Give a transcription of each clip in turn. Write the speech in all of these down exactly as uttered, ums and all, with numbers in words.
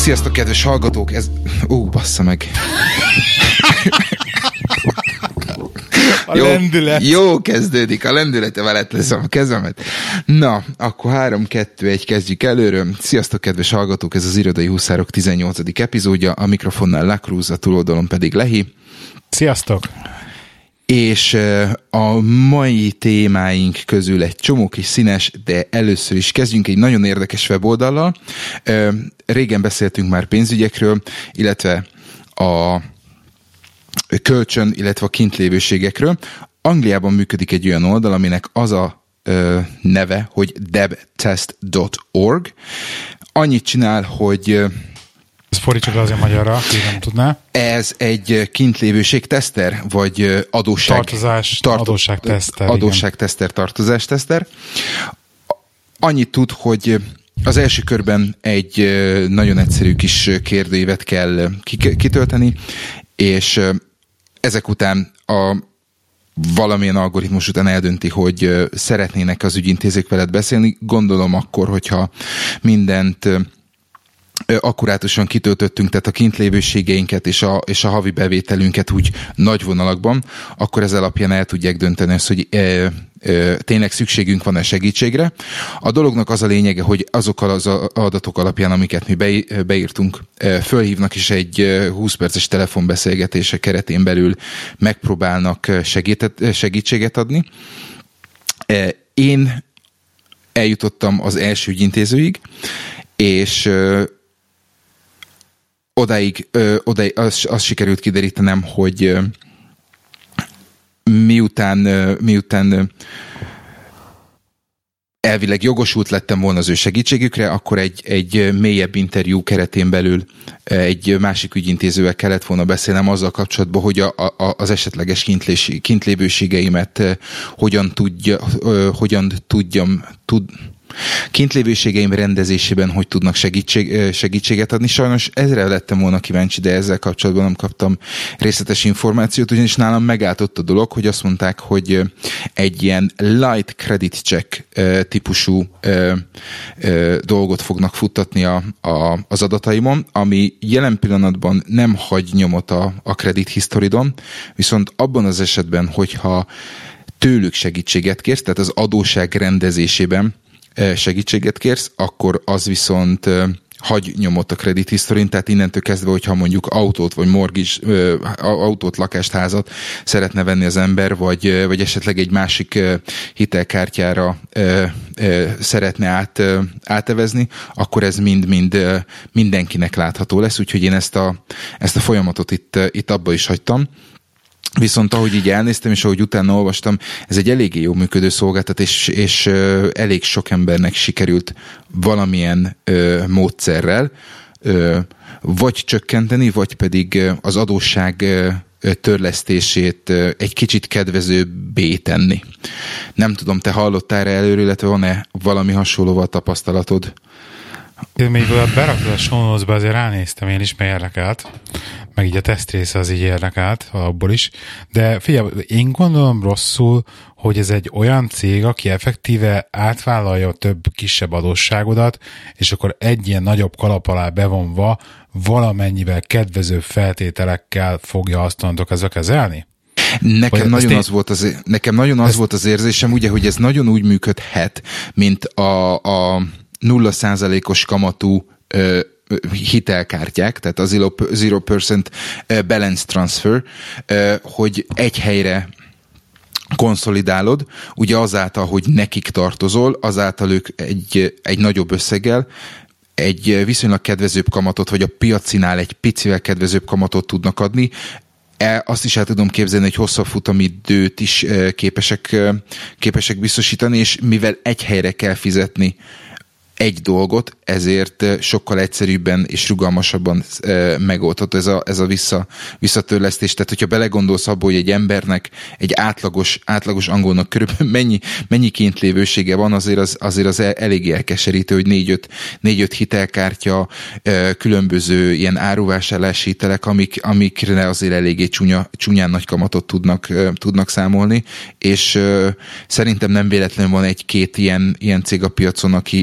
Sziasztok, kedves hallgatók! Ez... Ó, bassza meg! A jó, lendület. Jó kezdődik, a lendülete veled leszem a kezemet. Na, akkor három kettő egy kezdjük előről. Sziasztok, kedves hallgatók! Ez az Irodai Huszárok tizennyolcadik epizódja, a mikrofonnál Lakrúz, a túloldalon pedig Lehi. Sziasztok! És a mai témáink közül egy csomó kis színes, de először is kezdjünk egy nagyon érdekes weboldallal. Régen beszéltünk már pénzügyekről, illetve a kölcsön, illetve a kintlévőségekről. Angliában működik egy olyan oldal, aminek az a neve, hogy debtest dot org. Annyit csinál, hogy... Ez fordítsuk le azért magyarra, aki nem tudná. Ez egy kintlévőségteszter, vagy adósság... Tartozás, tart, adósságteszter. Adósságteszter, tartozásteszter. Annyit tud, hogy az első körben egy nagyon egyszerű kis kérdőívet kell kitölteni, és ezek után a valamilyen algoritmus után eldönti, hogy szeretnének az ügyintézők veled beszélni. Gondolom akkor, hogyha mindent akkurátusan kitöltöttünk, tehát a kintlévőségeinket és a, és a havi bevételünket úgy nagy vonalakban, akkor ez alapján el tudják dönteni azt, hogy e, e, tényleg szükségünk van-e segítségre. A dolognak az a lényege, hogy azokkal az adatok alapján, amiket mi be, beírtunk, e, fölhívnak és egy húsz perces telefonbeszélgetése keretén belül megpróbálnak segítet, segítséget adni. E, én eljutottam az első ügyintézőig, és Odáig, ö, odáig az, az sikerült kiderítenem, hogy ö, miután, ö, miután ö, elvileg jogosult lettem volna az ő segítségükre, akkor egy, egy mélyebb interjú keretén belül egy másik ügyintézővel kellett volna beszélnem azzal kapcsolatban, hogy a, a, az esetleges kintlés, kintlévőségeimet hogyan tudja, ö, hogyan tudjam, tud, kintlévőségeim rendezésében hogy tudnak segítség, segítséget adni. Sajnos ezre lettem volna kíváncsi, de ezzel kapcsolatban nem kaptam részletes információt, ugyanis nálam megállt ott a dolog, hogy azt mondták, hogy egy ilyen light credit check típusú dolgot fognak futtatni a, a, az adataimon, ami jelen pillanatban nem hagy nyomot a, a credit historidon, viszont abban az esetben, hogyha tőlük segítséget kérsz, tehát az adósság rendezésében segítséget kérsz, akkor az viszont hagy nyomot a credit historin, tehát innentől kezdve, hogyha mondjuk autót, vagy mortgage, autót, lakást, házat szeretne venni az ember, vagy, vagy esetleg egy másik hitelkártyára szeretne át, átevezni, akkor ez mind-mind mindenkinek látható lesz, úgyhogy én ezt a, ezt a folyamatot itt, itt abba is hagytam. Viszont ahogy így elnéztem, és ahogy utána olvastam, ez egy eléggé jó működő szolgáltat, és, és ö, elég sok embernek sikerült valamilyen ö, módszerrel ö, vagy csökkenteni, vagy pedig az adósság ö, törlesztését ö, egy kicsit kedvezőbbé tenni. Nem tudom, te hallottál erre előről, illetve van-e valami hasonlóval tapasztalatod? Én még berakod a show notes-ba, azért ránéztem én is, mert érdekelt. Meg így a teszt része az így érdekelt, abból is. De figyelj, én gondolom rosszul, hogy ez egy olyan cég, aki effektíve átvállalja a több kisebb adósságodat, és akkor egy ilyen nagyobb kalap alá bevonva valamennyivel kedvezőbb feltételekkel fogja azt mondok ezzel kezelni? Nekem nagyon, az volt az, nekem nagyon az volt az érzésem, ugye, hogy ez nagyon úgy működhet, mint a, a nulla százalékos kamatú ö, hitelkártyák, tehát a zero percent balance transfer, hogy egy helyre konszolidálod, ugye azáltal, hogy nekik tartozol, azáltal ők egy, egy nagyobb összeggel egy viszonylag kedvezőbb kamatot, vagy a piacinál egy picivel kedvezőbb kamatot tudnak adni. Azt is el tudom képzelni, hogy hosszabb futamidőt is képesek, képesek biztosítani, és mivel egy helyre kell fizetni egy dolgot, ezért sokkal egyszerűbben és rugalmasabban megoldható ez a, ez a vissza, visszatörlesztés. Tehát, hogyha belegondolsz abba, hogy egy embernek, egy átlagos, átlagos angolnak körülbelül mennyi, mennyi kintlévősége van, azért az, azért az eléggé elkeserítő, hogy négy-öt, négy-öt hitelkártya, különböző ilyen áruvásárlási hitelek, amik, amikre azért eléggé csúnya, csúnyán nagy kamatot tudnak, tudnak számolni, és szerintem nem véletlenül van egy-két ilyen, ilyen cég a piacon, aki, aki ezek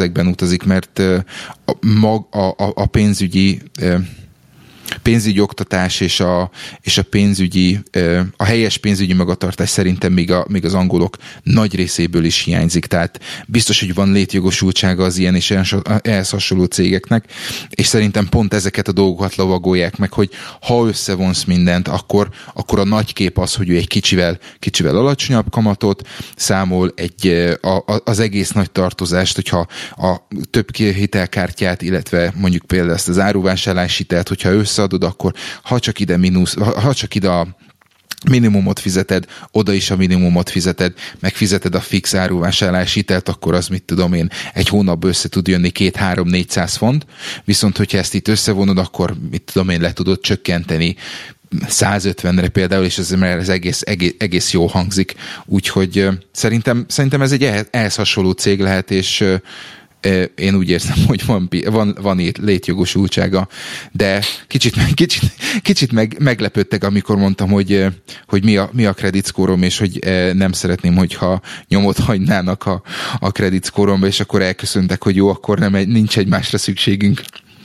ezekben utazik, mert a, mag, a, a pénzügyi pénzügyi oktatás és a, és a pénzügyi, a helyes pénzügyi magatartás szerintem még, a, még az angolok nagy részéből is hiányzik. Tehát biztos, hogy van létjogosultsága az ilyen és ehhez hasonló cégeknek, és szerintem pont ezeket a dolgokat lovagolják meg, hogy ha összevonsz mindent, akkor, akkor a nagy kép az, hogy ő egy kicsivel, kicsivel alacsonyabb kamatot számol, egy, a, a, az egész nagy tartozást, hogyha a több hitelkártyát, illetve mondjuk például ezt az áruvásárlási hitelt, hogyha összeadod, akkor ha csak ide mínusz, ha csak ide a minimumot fizeted, oda is a minimumot fizeted, megfizeted a fix áruvásárlási hitelt, akkor az, mit tudom én, egy hónapban össze tud jönni két-három-négyszáz font, viszont hogyha ezt itt összevonod, akkor, mit tudom én, le tudod csökkenteni százötvenre például, és ez, ez egész, egész, egész jó hangzik. Úgyhogy szerintem, szerintem ez egy ehhez hasonló cég lehet, és én úgy érzem, hogy van, van, van létjogosultsága, de kicsit, kicsit, kicsit meg, meglepődtek, amikor mondtam, hogy, hogy mi a, mi a credit score-om, és hogy nem szeretném, hogyha nyomot hagynának a, a credit score-omba, és akkor elköszöntek, hogy jó, akkor nem, nincs egymásra szükségünk.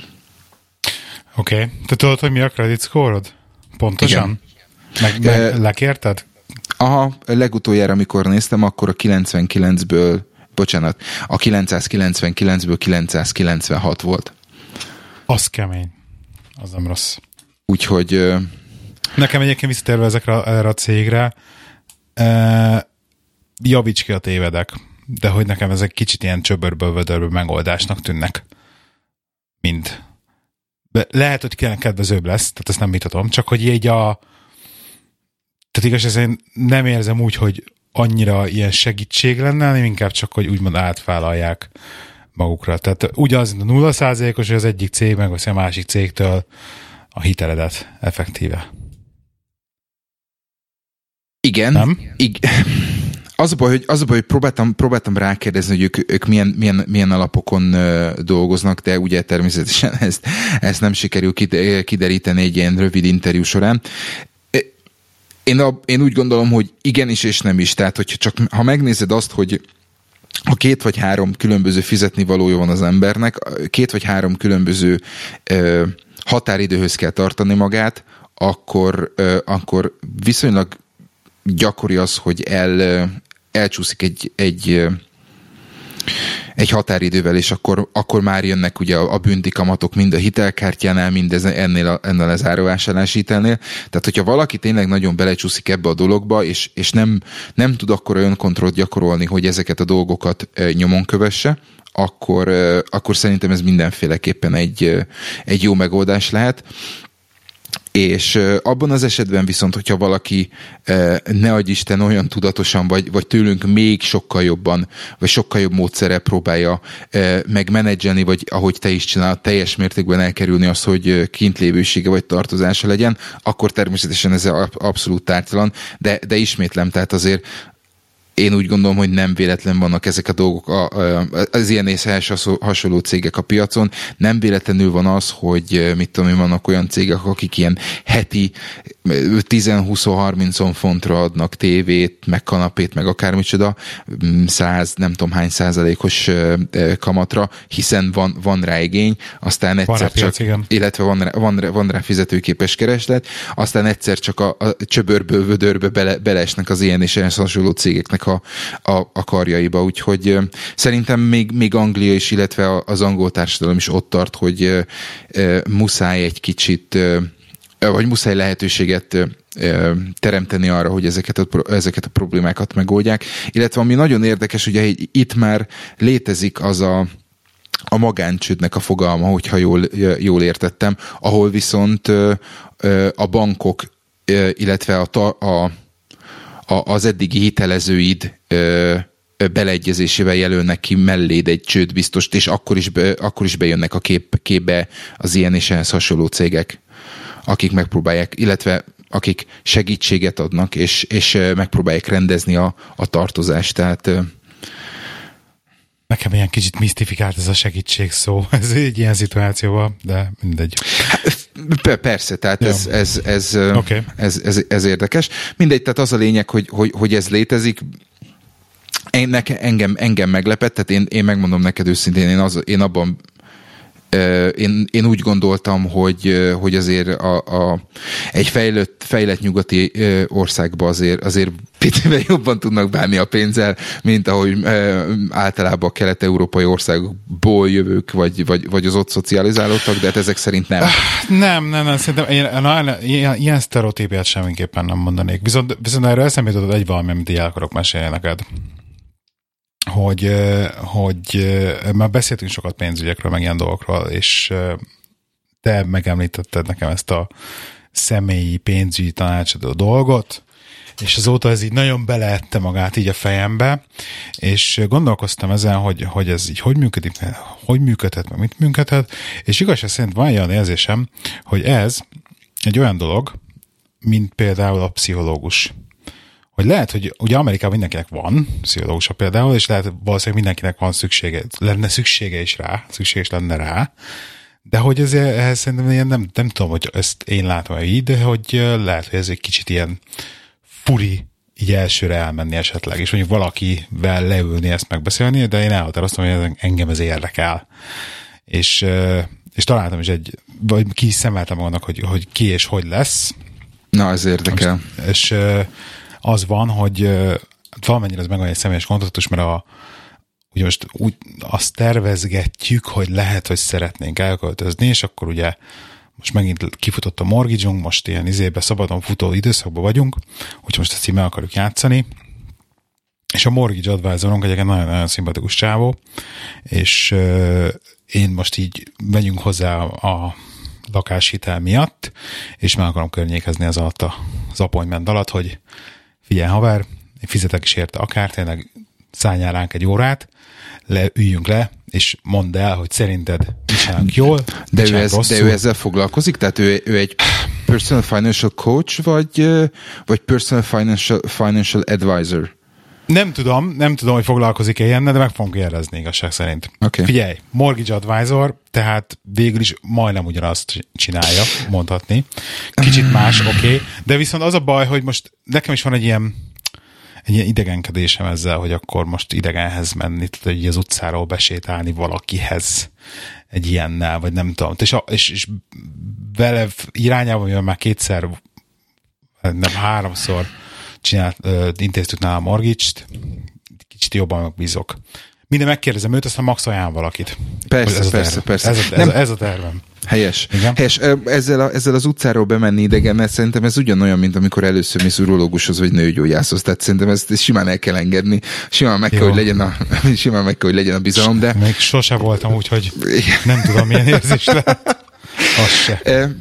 Oké. Okay. Te tudod, hogy mi a credit score-od? Pontosan? Meg, meg uh, lekérted? Aha, legutoljára, amikor néztem, akkor a kilencvenkilencből bocsánat, a kilencszázkilencvenkilencből kilencszázkilencvenhat volt. Az kemény. Az nem rossz. Úgyhogy... Uh... Nekem egyébként visszatérve ezekre erre a cégre, uh, javíts ki a tévedek, de hogy nekem ezek kicsit ilyen csöbörből, vödörből megoldásnak tűnnek. Mind. De lehet, hogy kedvezőbb lesz, tehát ezt nem vitatom, csak hogy így a... Tehát igaz, én nem érzem úgy, hogy annyira ilyen segítség lenne, hanem inkább csak, hogy úgymond átvállalják magukra. Tehát ugyanaz, a nulla százalékos, hogy az egyik cég meg a másik cégtől a hiteledet effektíve. Igen. Nem? Igen. Az a baj, hogy, az a baj, hogy próbáltam, próbáltam rákérdezni, hogy ők, ők milyen, milyen, milyen alapokon uh, dolgoznak, de ugye természetesen ezt, ezt nem sikerül kideríteni egy ilyen rövid interjú során. Én, a, én úgy gondolom, hogy igenis és nem is. Tehát, hogyha csak ha megnézed azt, hogy ha két vagy három különböző fizetni valója van az embernek, két vagy három különböző ö, határidőhöz kell tartani magát, akkor, ö, akkor viszonylag gyakori az, hogy el, elcsúszik egy, egy, egy határidővel, és akkor, akkor már jönnek ugye a, a büntikamatok mind a hitelkártyánál, mind ez, ennél, a, ennél az áruvásárlási hitelnél. Tehát, hogyha valaki tényleg nagyon belecsúszik ebbe a dologba, és, és nem, nem tud akkor önkontrollt gyakorolni, hogy ezeket a dolgokat e, nyomon kövesse, akkor, e, akkor szerintem ez mindenféleképpen egy, egy jó megoldás lehet. És abban az esetben viszont, hogyha valaki ne adj Isten olyan tudatosan, vagy, vagy tőlünk még sokkal jobban, vagy sokkal jobb módszerrel próbálja megmenedzselni, vagy ahogy te is csinálod, teljes mértékben elkerülni azt, hogy kintlévősége vagy tartozása legyen, akkor természetesen ez abszolút tártalan, de, de ismétlem, tehát azért én úgy gondolom, hogy nem véletlen vannak ezek a dolgok, az ilyen észhez hasonló cégek a piacon. Nem véletlenül van az, hogy mit tudom én, vannak olyan cégek, akik ilyen heti tíz-húsz-harminc fontra adnak tévét, meg kanapét, meg akármicsoda, száz, nem tudom hány százalékos kamatra, hiszen van, van rá igény, aztán egyszer van csak, piac, illetve van rá, van, rá, van rá fizetőképes kereslet, aztán egyszer csak a, a csöbörből, vödörbe bele, beleesnek az ilyen és ehhez hasonló cégeknek a, a, a karjaiba, úgyhogy uh, szerintem még, még Anglia is, illetve az angol társadalom is ott tart, hogy uh, uh, muszáj egy kicsit, uh, vagy muszáj lehetőséget uh, teremteni arra, hogy ezeket a, ezeket a problémákat megoldják, illetve ami nagyon érdekes, ugye itt már létezik az a a magáncsődnek a fogalma, hogyha jól, jól értettem, ahol viszont uh, uh, a bankok, uh, illetve a, a az eddigi hitelezőid ö, ö, beleegyezésével jelölnek ki melléd egy csődbiztost, és akkor is, be, akkor is bejönnek a kép, képbe az ilyen és ehhez hasonló cégek, akik megpróbálják, illetve akik segítséget adnak, és, és megpróbálják rendezni a, a tartozást. Tehát ö, nekem ilyen kicsit misztifikált ez a segítség szó, ez egy ilyen szituációban, de mindegy. Persze, tehát ez, ez, ez, okay. ez, ez, ez érdekes. Mindegy, tehát az a lényeg, hogy, hogy, hogy ez létezik. engem, engem meglepett, tehát én, én megmondom neked őszintén, én, az, én abban Én, én úgy gondoltam, hogy, hogy azért a, a, egy fejlett, fejlett nyugati országban azért, azért picivel jobban tudnak bánni a pénzzel, mint ahogy általában a kelet-európai országokból jövők, vagy, vagy, vagy az ott szocializálódtak, de hát ezek szerint nem. Nem, nem, nem, szerintem én, na, ilyen, ilyen sztereotípiát semmiképpen nem mondanék. Viszont, viszont erről eszembe jutott egy valami, amit így el akarok mesélni neked. Hogy, hogy már beszéltünk sokat pénzügyekről, meg ilyen dolgokról, és te megemlítetted nekem ezt a személyi pénzügyi tanácsadó dolgot, és azóta ez így nagyon beleette magát így a fejembe, és gondolkoztam ezen, hogy, hogy ez így hogy működik, hogy működhet, meg mit működhet, és igazság szerint van olyan érzésem, hogy ez egy olyan dolog, mint például a pszichológus. Hogy lehet, hogy ugye Amerikában mindenkinek van pszichológusa például, és lehet valószínűleg mindenkinek van szüksége, lenne szüksége is rá, szükséges lenne rá, de hogy ez, ehhez szerintem ilyen nem, nem tudom, hogy ezt én látom így, de hogy lehet, hogy ez egy kicsit ilyen furi így elsőre elmenni esetleg, és mondjuk valakivel leülni ezt megbeszélni, de én elhatároztam, hogy engem ez érdekel. És, és találtam is egy, vagy ki is szemeltem annak, hogy, hogy ki és hogy lesz. Na, ez érdekel. És, és az van, hogy valamennyire ez meg van egy személyes kontaktus, mert a, ugye most úgy azt tervezgetjük, hogy lehet, hogy szeretnénk elköltözni, és akkor ugye most megint kifutott a mortgage-unk, most ilyen izébe szabadon futó időszakban vagyunk, úgyhogy most ezt így meg akarjuk játszani, és a mortgage advisorunk egyébként nagyon-nagyon szimpatikus csávó, és euh, én most így megyünk hozzá a lakáshitel miatt, és meg akarom környékezni az alatt az appointment alatt, hogy figyelj haver, én fizetek is érte akár, tényleg szálljál ránk egy órát, le, üljünk le, és mondd el, hogy szerinted mi csinálunk jól, de ő, ez, de ő ezzel foglalkozik? Tehát ő, ő egy personal financial coach, vagy, vagy personal financial, financial advisor? Nem tudom, nem tudom, hogy foglalkozik-e ilyennel, de meg fogunk kérdezni igazság szerint. Okay. Figyelj, mortgage advisor, tehát végül is majdnem ugyanazt csinálja, mondhatni. Kicsit más, oké, okay. De viszont az a baj, hogy most nekem is van egy ilyen, egy ilyen idegenkedésem ezzel, hogy akkor most idegenhez menni, tehát hogy az utcáról besétálni valakihez egy ilyennel, vagy nem tudom. És, és, és vele irányában, mivel már kétszer, nem háromszor csinált, uh, intéztük nála a mortgage-t, kicsit jobban megbízok. Minden megkérdezem őt, aztán max ajánl valakit. Persze, ez persze, persze. Ez a, ez, a, ez a tervem. Helyes. Helyes. Ezzel, a, ezzel az utcáról bemenni idegen, mert szerintem ez ugyanolyan, mint amikor először mész urológushoz, vagy nőgyógyászhoz. Tehát szerintem ezt, ezt simán el kell engedni. Simán meg kell, hogy legyen a, simán meg kell, hogy legyen a bizalom, de... Még sose voltam úgy, hogy nem tudom, milyen érzés lehet. Az se. E,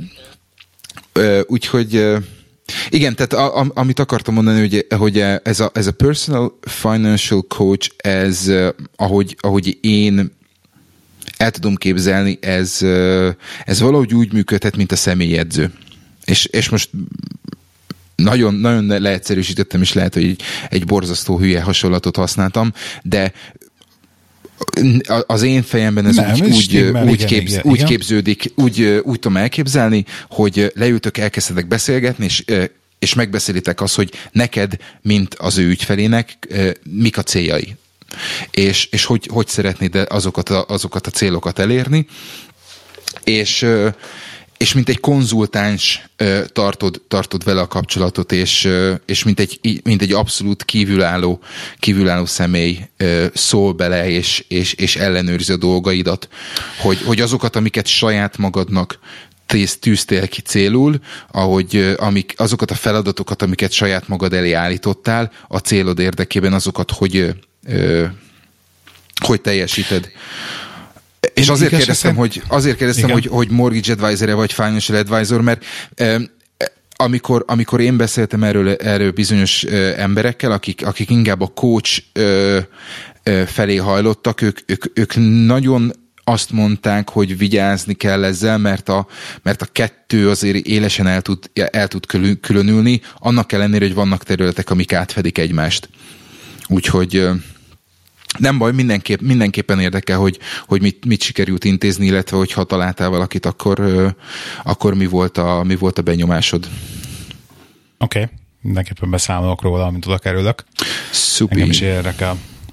e, úgyhogy... E, igen, tehát a, a, amit akartam mondani, hogy, hogy ez, a, ez a personal financial coach, ez, ahogy, ahogy én el tudom képzelni, ez, ez valahogy úgy működhet, mint a személyedző. És, és most nagyon, nagyon leegyszerűsítettem, és lehet, hogy egy, egy borzasztó hülye hasonlatot használtam, de az én fejemben ez Nem, úgy, úgy, stimmel, úgy, igen, képz, igen, úgy igen. képződik, úgy, úgy tudom elképzelni, hogy leültök, elkezdtek beszélgetni, és, és megbeszélitek azt, hogy neked, mint az ő ügyfelének, mik a céljai. És, és hogy, hogy szeretnéd azokat a, azokat a célokat elérni. És, és mint egy konzultáns tartod, tartod vele a kapcsolatot, és, és mint, egy, mint egy abszolút kívülálló, kívülálló személy szól bele, és, és, és ellenőrzi a dolgaidat, hogy, hogy azokat, amiket saját magadnak tűztél ki célul, ahogy amik, azokat a feladatokat, amiket saját magad elé állítottál, a célod érdekében azokat, hogy, hogy teljesíted. És Én azért kérdeztem, hogy, azért kérdeztem hogy, hogy mortgage advisor-e vagy financial advisor, mert eh, amikor, amikor én beszéltem erről, erről bizonyos eh, emberekkel, akik, akik inkább a coach eh, eh, felé hajlottak, ők, ők, ők nagyon azt mondták, hogy vigyázni kell ezzel, mert a, mert a kettő azért élesen el tud, el tud különülni, annak ellenére, hogy vannak területek, amik átfedik egymást. Úgyhogy... Eh, nem baj, mindenképp, mindenképpen érdekel, hogy, hogy mit, mit sikerült intézni, illetve hogy ha találtál valakit, akkor, akkor mi, volt a, mi volt a benyomásod. Oké, okay. Mindenképpen beszámolok róla, amint oda kerülök. Szupi. Engem is érdekel.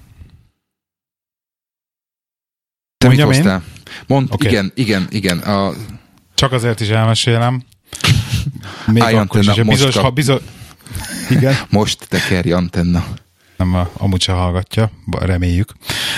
Te mit hoztál? Mond, okay. Igen, igen, igen. A... Csak azért is elmesélem. Még akkor is, bizonyos, ha bizony... Igen. Most tekerj antenna. Nem, amúgy se hallgatja, reméljük.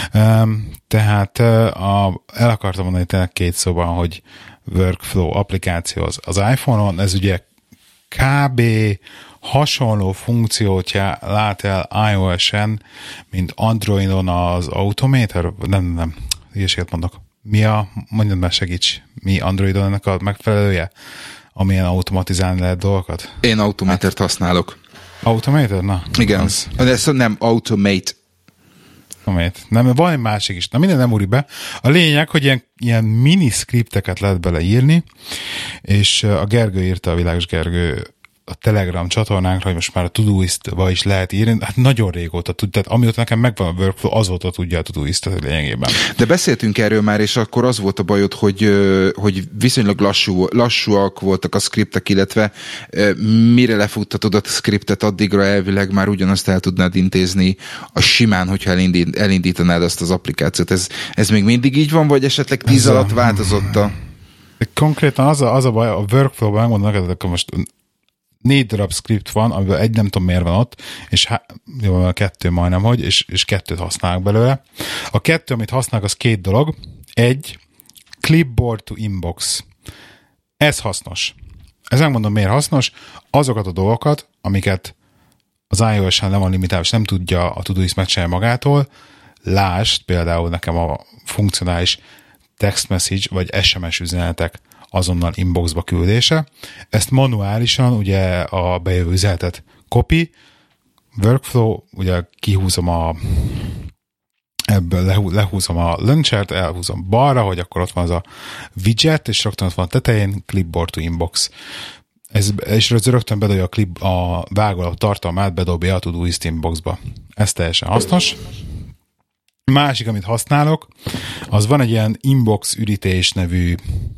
Tehát a, el akartam mondani tényleg két szóban, hogy workflow applikáció az, az iPhone-on, ez ugye kb. Hasonló funkciót lát el iOS-en, mint Androidon az Automator, nem, nem, ilyeséget mondok. Mi a, mondjad már segíts, mi Androidon ennek a megfelelője, amilyen automatizálni lehet dolgokat? Én Automatort hát, használok. Automator? Na. Igen, az. De ez nem Automate. Automate. Nem, van egy másik is. Na minden nem úri be. A lényeg, hogy ilyen, ilyen mini scripteket lehet beleírni, és a Gergő írta, a Világos Gergő a Telegram csatornánkra, hogy most már a Todoist-ba is lehet írni, hát nagyon régóta tud, tehát amióta nekem megvan a workflow, azóta tudja a Todoist-et lényegében. De beszéltünk erről már, és akkor az volt a bajod, hogy, hogy viszonylag lassú, lassúak voltak a scriptek, illetve mire lefuttatod a scriptet, addigra elvileg már ugyanazt el tudnád intézni a simán, hogyha elindít, elindítanád azt az applikációt. Ez, ez még mindig így van, vagy esetleg tíz ez alatt a... változott a... Konkrétan az a, az a baj, a workflow-ban megmondom neked, akkor most négy darab script van, amiből egy nem tudom miért van ott, és há- jó, a kettő majdnem, hogy, és, és kettőt használok belőle. A kettő, amit használok, az két dolog. Egy, clipboard to inbox. Ez hasznos. Ez megmondom, miért hasznos. Azokat a dolgokat, amiket az iOS-en nem van limitálva, és nem tudja a Todoist megcsinálni magától, lásd például nekem a funkcionális text message, vagy es em es üzenetek azonnal inboxba küldése. Ezt manuálisan ugye a bejövő üzenetet copy, workflow, ugye kihúzom a ebből lehú, lehúzom a launchert, elhúzom balra, hogy akkor ott van az a widget, és rögtön ott van a tetején clipboard to inbox. Ez, és rögtön bedobja a, clip, a vágólap tartalmát, bedobja a Todoist inboxba. Ez teljesen hasznos. Másik, amit használok, az van egy ilyen inbox ürítés nevű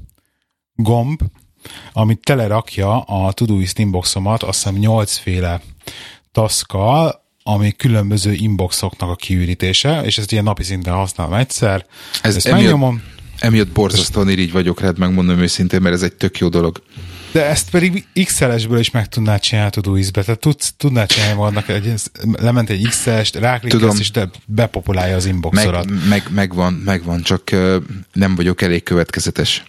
gomb, amit telerakja a Todoist inboxomat, azt hiszem nyolcféle taszkkal, ami különböző inboxoknak a kiürítése, és ezt ilyen napi szinten használom egyszer. Ez ezt emiatt, megnyomom. Emiatt borzasztóan irigy vagyok rád, megmondom őszintén, mert ez egy tök jó dolog. De ezt pedig iksz el esből is meg tudnád csinálni a Todoist-be. Tehát tudsz, tudnád csinálni magadnak, egy, lement egy iksz el-est, ráklikkelsz, és te bepopulálja az inboxodat. Meg, meg, megvan, megvan, csak nem vagyok elég következetes.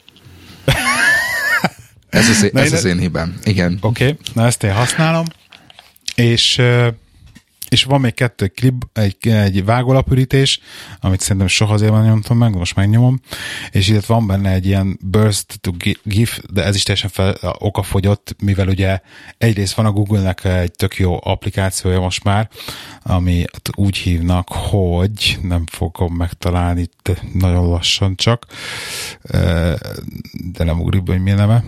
Ez az, ez az én hibám. Igen. Oké, okay. Na ezt én használom, és, és van még kettő klip, egy, egy vágólapürítés, amit szerintem soha azért van nyomtam meg, most megnyomom, és itt van benne egy ilyen burst to gif, de ez is teljesen fel, okafogyott, mivel ugye egyrészt van a Google-nek egy tök jó applikációja most már, ami úgy hívnak, hogy nem fogom megtalálni itt nagyon lassan csak, de nem ugrik be, hogy mi a neve.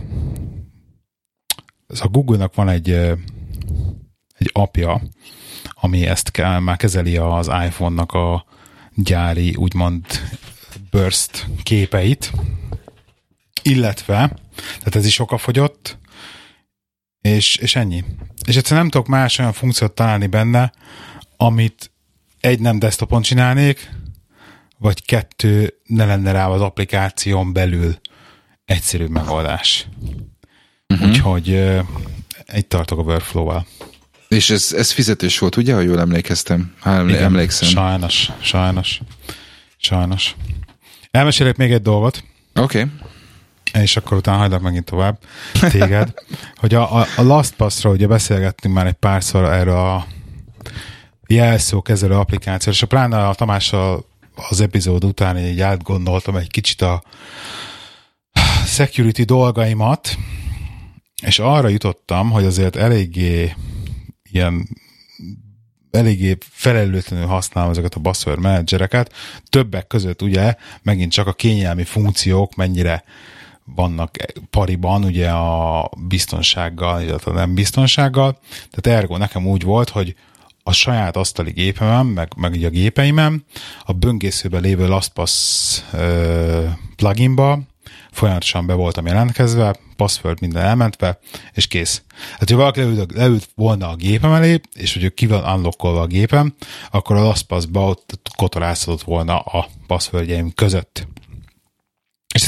Ez a Google-nak van egy egy appja, ami ezt kell, már kezeli az iPhone-nak a gyári, úgymond burst képeit, illetve, tehát ez is okafogyott, és, és ennyi. És egyszerűen nem tudok más olyan funkciót találni benne, amit egy nem desktopon csinálnék, vagy kettő ne lenne rá az applikáción belül egyszerű megoldás. Uh-huh. Úgyhogy uh, egy tartok a workflow-val. És ez, ez fizetős volt, ugye, ha jól emlékeztem? Ha emlé- Igen, emlékszem. Sajnos, sajnos, sajnos. Elmesélek még egy dolgot. Oké. Okay. És akkor utána hagylak megint tovább téged, hogy a, a, a LastPass-ról ugye beszélgettünk már egy párszor erről a jelszókezelő applikációról, és a pláne a Tamással az epizód után így átgondoltam egy kicsit a security dolgaimat, és arra jutottam, hogy azért eléggé ilyen eléggé felelőtlenül használom ezeket a password menedzsereket. Többek között ugye megint csak a kényelmi funkciók mennyire vannak pariban ugye a biztonsággal, illetve a nem biztonsággal. Tehát ergo nekem úgy volt, hogy a saját asztali gépemen, meg, meg ugye a gépeimen, a böngészőben lévő LastPass uh, pluginba folyamatosan be voltam jelentkezve, password minden elmentve, és kész. Hát, ha valaki leült, leült volna a gépem elé, és hogy ki van unlockolva a gépem, akkor a LastPass-ba ott kotorázhatott volna a passwordjeim között.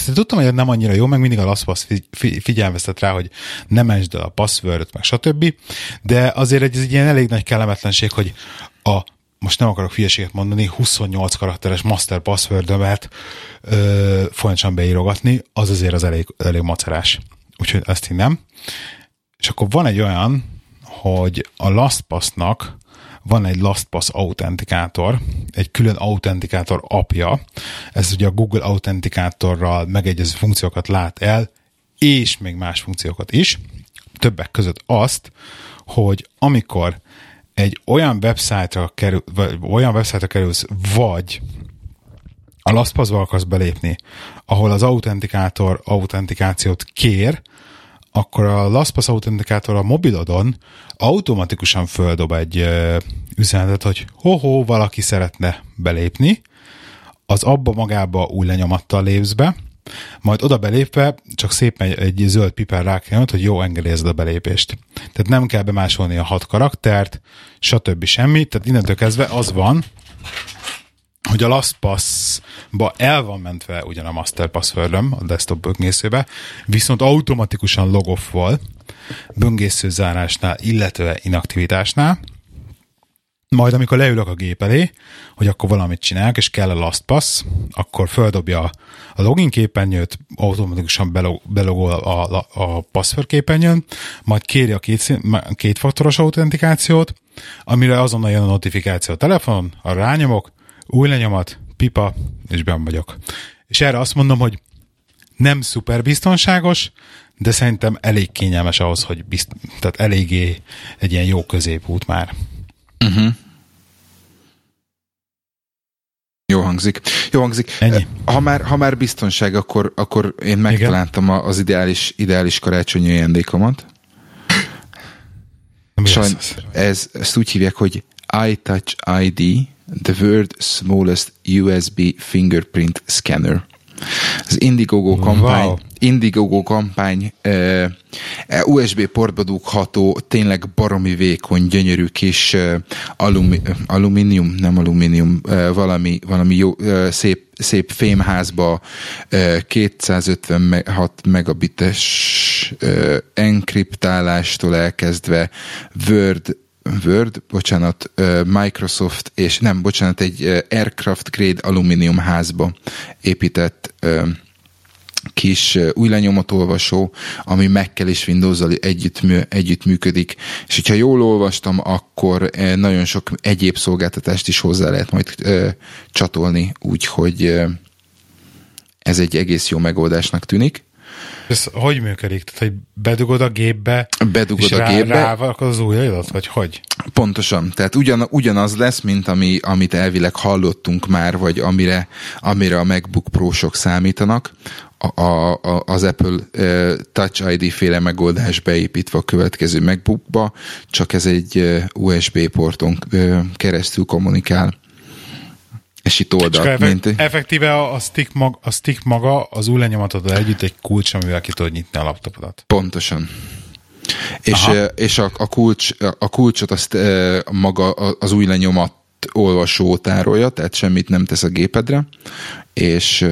Ezt tudtam, hogy nem annyira jó, meg mindig a LastPass figyelmeztet rá, hogy ne mentsd el a passwordot, meg stb. De azért ez egy ilyen elég nagy kellemetlenség, hogy a, most nem akarok hülyeséget mondani, huszonnyolc karakteres master passwordömet ö, folyamatosan beírogatni, az azért az elég, elég macerás. Úgyhogy ezt így nem. És akkor van egy olyan, hogy a LastPass-nak van egy LastPass autentikátor, egy külön autentikátor appja, ez ugye a Google autentikátorral megegyező funkciókat lát el, és még más funkciókat is, többek között azt, hogy amikor egy olyan website-ra kerül, vagy olyan website-ra kerülsz, vagy a LastPass-ba akarsz belépni, ahol az autentikátor autentikációt kér, akkor a LastPass autentikátor a mobilodon automatikusan földob egy ö, üzenetet, hogy ho-ho, valaki szeretne belépni, az abba magába új lenyomattal lépsz be, majd oda belépve csak szépen egy, egy zöld piper rákjön, hogy jó, engedélyezed a belépést. Tehát nem kell bemásolni a hat karaktert, stb. Semmi, tehát innentől kezdve az van, hogy a LastPass-ba el van mentve ugyan a master passwordöm a desktop böngészőbe, viszont automatikusan logoff-val böngészőzárásnál, illetve inaktivitásnál, majd amikor leülök a gép elé, hogy akkor valamit csinálok, és kell a LastPass, akkor földobja a login képernyőt, automatikusan belog, belogol a, a, a password képernyőn, majd kéri a két, kétfaktoros autentikációt, amire azonnal jön a notifikáció a telefonon, arra rányomok, új lenyomat, pipa, és benn vagyok. És erre azt mondom, hogy nem szuper biztonságos, de szerintem elég kényelmes ahhoz, hogy bizt, tehát eléggé egy ilyen jó középút már. Uh-huh. Jó hangzik. Jó hangzik. Ennyi. Ha már, ha már biztonság, akkor, akkor én megtaláltam Igen? az ideális, ideális karácsonyi ajándékomat. Sajn, ez, ezt úgy hívják, hogy iTouch I D, the world's smallest U S B fingerprint scanner. Az Indiegogo kampány, wow. Indiegogo kampány uh, U S B portba dugható, tényleg baromi vékony, gyönyörű kis uh, alumi, uh, alumínium, nem alumínium, uh, valami, valami jó, uh, szép, szép fémházba uh, kétszázötvenhat megabites uh, enkriptálástól elkezdve Word Word, bocsánat, Microsoft, és nem, bocsánat, egy aircraft grade alumínium házba épített kis új lenyomatolvasó, ami Mac-kel és Windows-zal együtt, együtt működik. És hogyha jól olvastam, akkor nagyon sok egyéb szolgáltatást is hozzá lehet majd csatolni, úgyhogy ez egy egész jó megoldásnak tűnik. Ez hogy működik? Tehát, hogy bedugod a gépbe, bedugod és a rá, gépbe. rávalkod az ujjaidat, vagy hogy? Pontosan. Tehát ugyan, ugyanaz lesz, mint ami, amit elvileg hallottunk már, vagy amire, amire a MacBook Pro-sok számítanak. A, a, az Apple uh, Touch I D féle megoldás beépítve a következő MacBookba, csak ez egy uh, U S B porton uh, keresztül kommunikál. És itt oldalt. Efe- mint... Effektíve a stick, mag, a stick maga az új lenyomatoddal együtt egy kulcs, amivel ki tudod nyitni a laptopodat. Pontosan. És, és a, a, kulcs, a kulcsot azt maga az új lenyomat olvasó tárolja, tehát semmit nem tesz a gépedre, és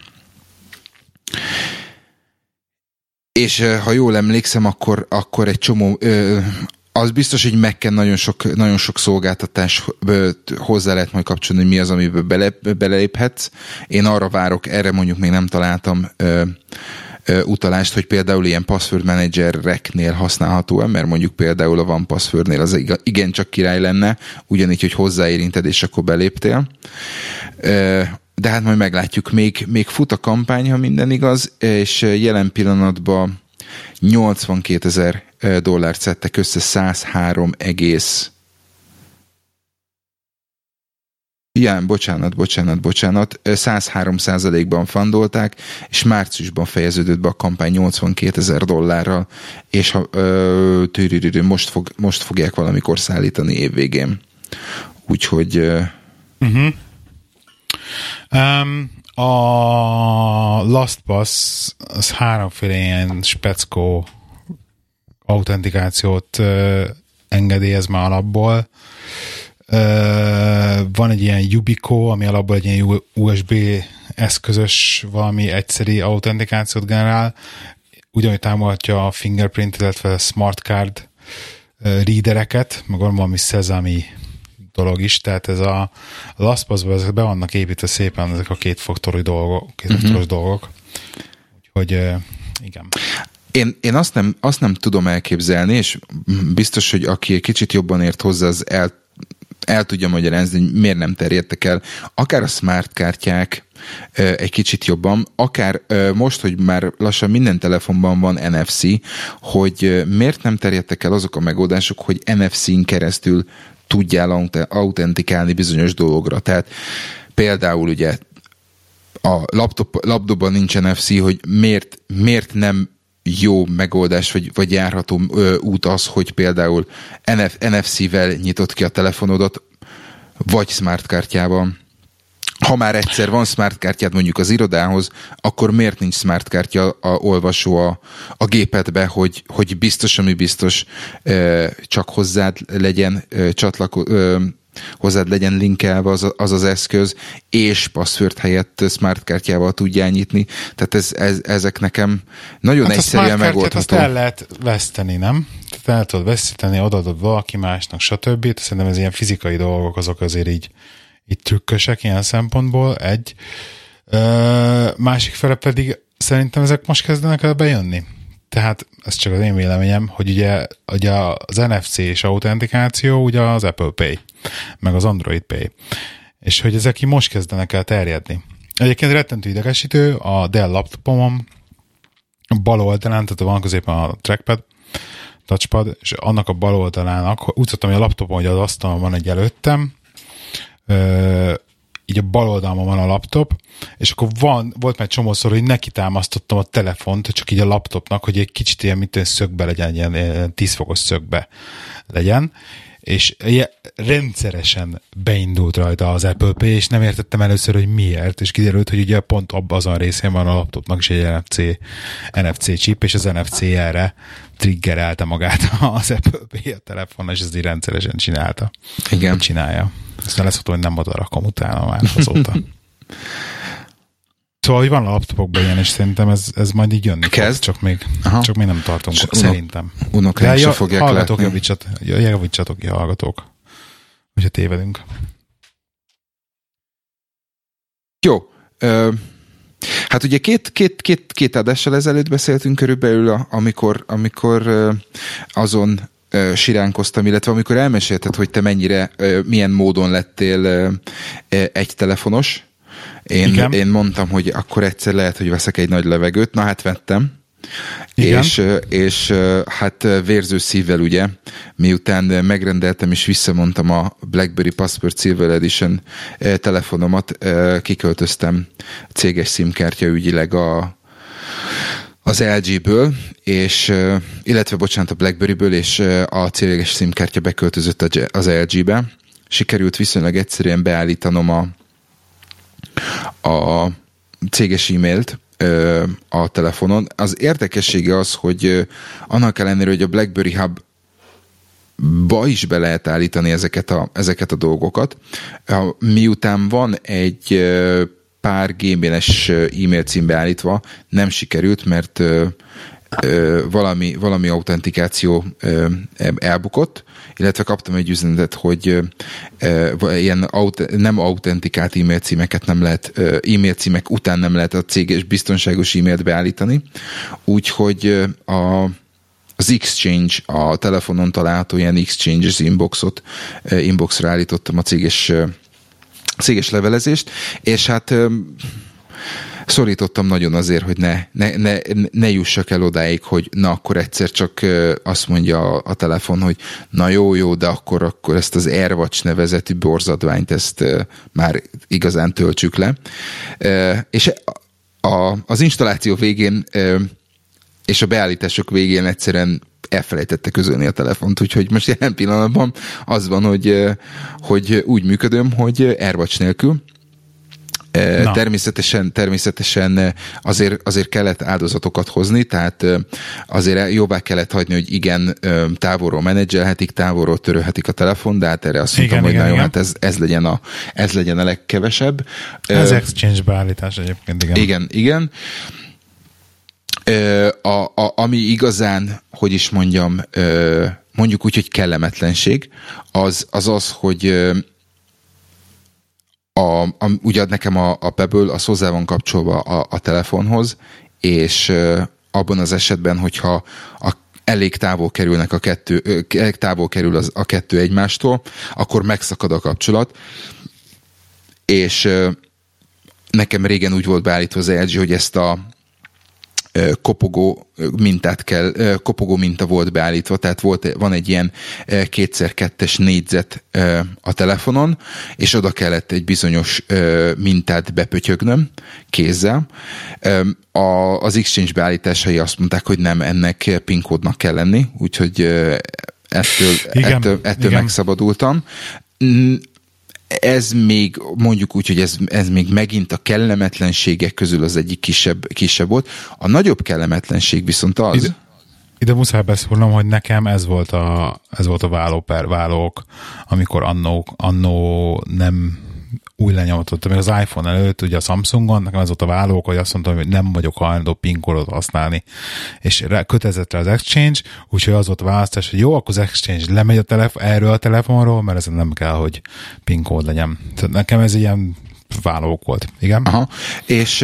és ha jól emlékszem, akkor, akkor egy csomó az biztos, hogy Mac-en nagyon sok, nagyon sok szolgáltatás hozzá lehet majd kapcsolni, mi az, amiben bele, beléphetsz. Én arra várok, erre mondjuk még nem találtam ö, ö, utalást, hogy például ilyen password managereknél használható, mert mondjuk például a OnePasswordnél az igencsak király lenne, ugyanígy, hogy hozzáérinted, és akkor beléptél. Ö, de hát majd meglátjuk. Még, még fut a kampány, ha minden igaz, és jelen pillanatban nyolcvankétezer dollárt szedtek össze, százhárom egész. Igen, bocsánat, bocsánat, bocsánat. százhárom százalékban fundolták, és márciusban fejeződött be a kampány nyolcvankétezer dollárral, és ha, ö, tűrűrű, most, fog, most fogják valamikor szállítani évvégén. Úgyhogy... Ö... Uh-huh. Um, a LastPass az háromféle ilyen speckó autentikációt uh, engedélyez már alapból. Uh, van egy ilyen Yubico, ami alapból egy ilyen U S B eszközös valami egyszeri autentikációt generál, ugyanúgy támogatja a fingerprint, illetve a smart card readereket, meg van valami Sesame dolog is, tehát ez a, a LastPass-ban ezek be vannak építve szépen ezek a kétfaktoros dolgok, kétfaktoros uh-huh. dolgok. Úgyhogy igen. Én, én azt, nem, azt nem tudom elképzelni, és biztos, hogy aki egy kicsit jobban ért hozzá, az el, el tudja magyarázni, hogy miért nem terjedtek el. Akár a smart kártyák egy kicsit jobban, akár most, hogy már lassan minden telefonban van en ef cé, hogy miért nem terjedtek el azok a megoldások, hogy en ef cén keresztül tudjál autentikálni bizonyos dologra. Tehát például ugye a laptop, laptopban nincs en ef cé, hogy miért, miért nem jó megoldás, vagy, vagy járható ö, út az, hogy például en ef cével nyitott ki a telefonodat, vagy smartkártyával. Ha már egyszer van smartkártyád mondjuk az irodához, akkor miért nincs smartkártya a olvasó a, a gépedbe, hogy, hogy biztos, ami biztos, ö, csak hozzád legyen ö, csatlako, ö, hozzád legyen linkelve az, az az eszköz, és passzword helyett smartkártyával tudjál nyitni. Tehát ez, ez, ezek nekem nagyon hát egyszerűen megoldható. Azt el lehet veszteni, nem? Tehát el tudod veszíteni, odaadod valaki másnak, stb. Szerintem ez ilyen fizikai dolgok, azok azért így, így trükkösek ilyen szempontból. Egy. Ö, másik fele pedig szerintem ezek most kezdenek el bejönni. Tehát ez csak az én véleményem, hogy ugye, ugye az en ef cé és autentikáció ugye az Apple Pay, meg az Android Pay. És hogy ezek ki most kezdenek el terjedni. Egyébként rettentő idegesítő, a Dell laptopomon a bal oldalán, tehát van középen a trackpad, touchpad, és annak a bal oldalának, úgy szoktam, hogy a laptopon, hogy az asztalon van egy előttem, ö, így a bal oldalon van a laptop, és akkor van, volt már egy csomószor, hogy neki támasztottam a telefont, csak így a laptopnak, hogy egy kicsit ilyen, mint szögbe legyen, ilyen tíz fokos szögbe legyen, és rendszeresen beindult rajta az Apple Pay, és nem értettem először, hogy miért, és kiderült, hogy ugye pont abban azon részén van a laptopnak is egy en ef cé, en ef cé chip, és az en ef cé erre triggerelte magát az Apple Pay a telefon, és ez így rendszeresen csinálta. Igen. Csinálja. Aztán leszoktam, hogy nem oda rakom utána már azóta. Szóval, hogy van a laptopokban ilyen, és szerintem ez, ez majd így jönni fog, csak még, csak még nem tartunk, S szerintem. Unokák se fogják hallgatók, látni. Javítsatok, javítsatok ki, hallgatók, hogyha tévedünk. Jó. Ö, hát ugye két, két, két, két adással ezelőtt beszéltünk körülbelül, amikor, amikor azon siránkoztam, illetve amikor elmesélted, hogy te mennyire, milyen módon lettél egy telefonos. Én, én mondtam, hogy akkor egyszer lehet, hogy veszek egy nagy levegőt. Na hát vettem. És, és hát vérző szívvel ugye, miután megrendeltem és visszamondtam a BlackBerry Passport Silver Edition telefonomat, kiköltöztem céges SIM-kártya ügyileg a az el gé-ből, és, illetve bocsánat, a BlackBerry-ből, és a céges SIM-kártya beköltözött az el gé-be. Sikerült viszonylag egyszerűen beállítanom a, a céges e-mailt a telefonon. Az érdekessége az, hogy annak ellenére, hogy a BlackBerry Hub-ba is be lehet állítani ezeket a, ezeket a dolgokat, miután van egy pár Gmail-es e-mail cím beállítva, nem sikerült, mert ö, ö, valami, valami autentikáció ö, elbukott, illetve kaptam egy üzenetet, hogy ö, ilyen aut- nem autentikált e-mail címeket nem lehet, ö, e-mail címek után nem lehet a céges biztonságos e-mailt beállítani, úgyhogy a az Exchange, a telefonon található ilyen Exchange inboxot, inboxra állítottam a céges céges levelezést, és hát öm, szorítottam nagyon azért, hogy ne, ne, ne, ne jussak el odáig, hogy na akkor egyszer csak ö, azt mondja a, a telefon, hogy na jó, jó, de akkor, akkor ezt az AirWatch nevezetű borzadványt ezt ö, már igazán töltsük le. Ö, és a, az installáció végén ö, és a beállítások végén egyszerűen elfelejtette közölni a telefont, úgyhogy most jelen pillanatban az van, hogy, hogy úgy működöm, hogy AirWatch nélkül, Na. Természetesen, természetesen azért, azért kellett áldozatokat hozni, tehát azért jóvá kellett hagyni, hogy igen, távolról menedzselhetik, távolról törölhetik a telefon, de hát erre azt mondtam, igen, hogy igen, na jó, igen. hát ez, ez, legyen a, ez legyen a legkevesebb. Ez uh, exchange beállítás egyébként, igen. Igen, igen. Uh, a, a, ami igazán, hogy is mondjam, uh, mondjuk úgy, hogy kellemetlenség, az az, az hogy uh, A, a, ugye nekem a, a Pebble az hozzá van kapcsolva a, a telefonhoz, és uh, abban az esetben, hogyha a, elég távol kerülnek a kettő, uh, elég távol kerül az, a kettő egymástól, akkor megszakad a kapcsolat, és uh, nekem régen úgy volt beállítva az el gé, hogy ezt a uh, kopogó mintát kell, uh, kopogó minta volt beállítva, tehát volt, van egy ilyen uh, kétszer kettes négyzet uh, a telefonon, és oda kellett egy bizonyos uh, mintát bepötyögnöm kézzel. Um, a, az Exchange beállításai azt mondták, hogy nem, ennek PIN kódnak kell lenni, úgyhogy uh, ettől, igen, ettől, ettől igen. megszabadultam. Ez még, mondjuk úgy, hogy ez, ez még megint a kellemetlenségek közül az egyik kisebb, kisebb volt. A nagyobb kellemetlenség viszont az... Ide, ide muszáj beszélnem, hogy nekem ez volt a, ez volt a váló per válók, amikor annó, annó nem új lenyomatottam, még az iPhone előtt, ugye a Samsungon, nekem ez volt a válók, hogy azt mondtam, hogy nem vagyok hajlandó PIN kódot használni, és kötelezett rá az Exchange, úgyhogy az volt a választás, hogy jó, akkor az Exchange lemegy a telefon, erről a telefonról, mert ezen nem kell, hogy PIN kód legyen. Tehát nekem ez ilyen válók volt. Igen? Aha. És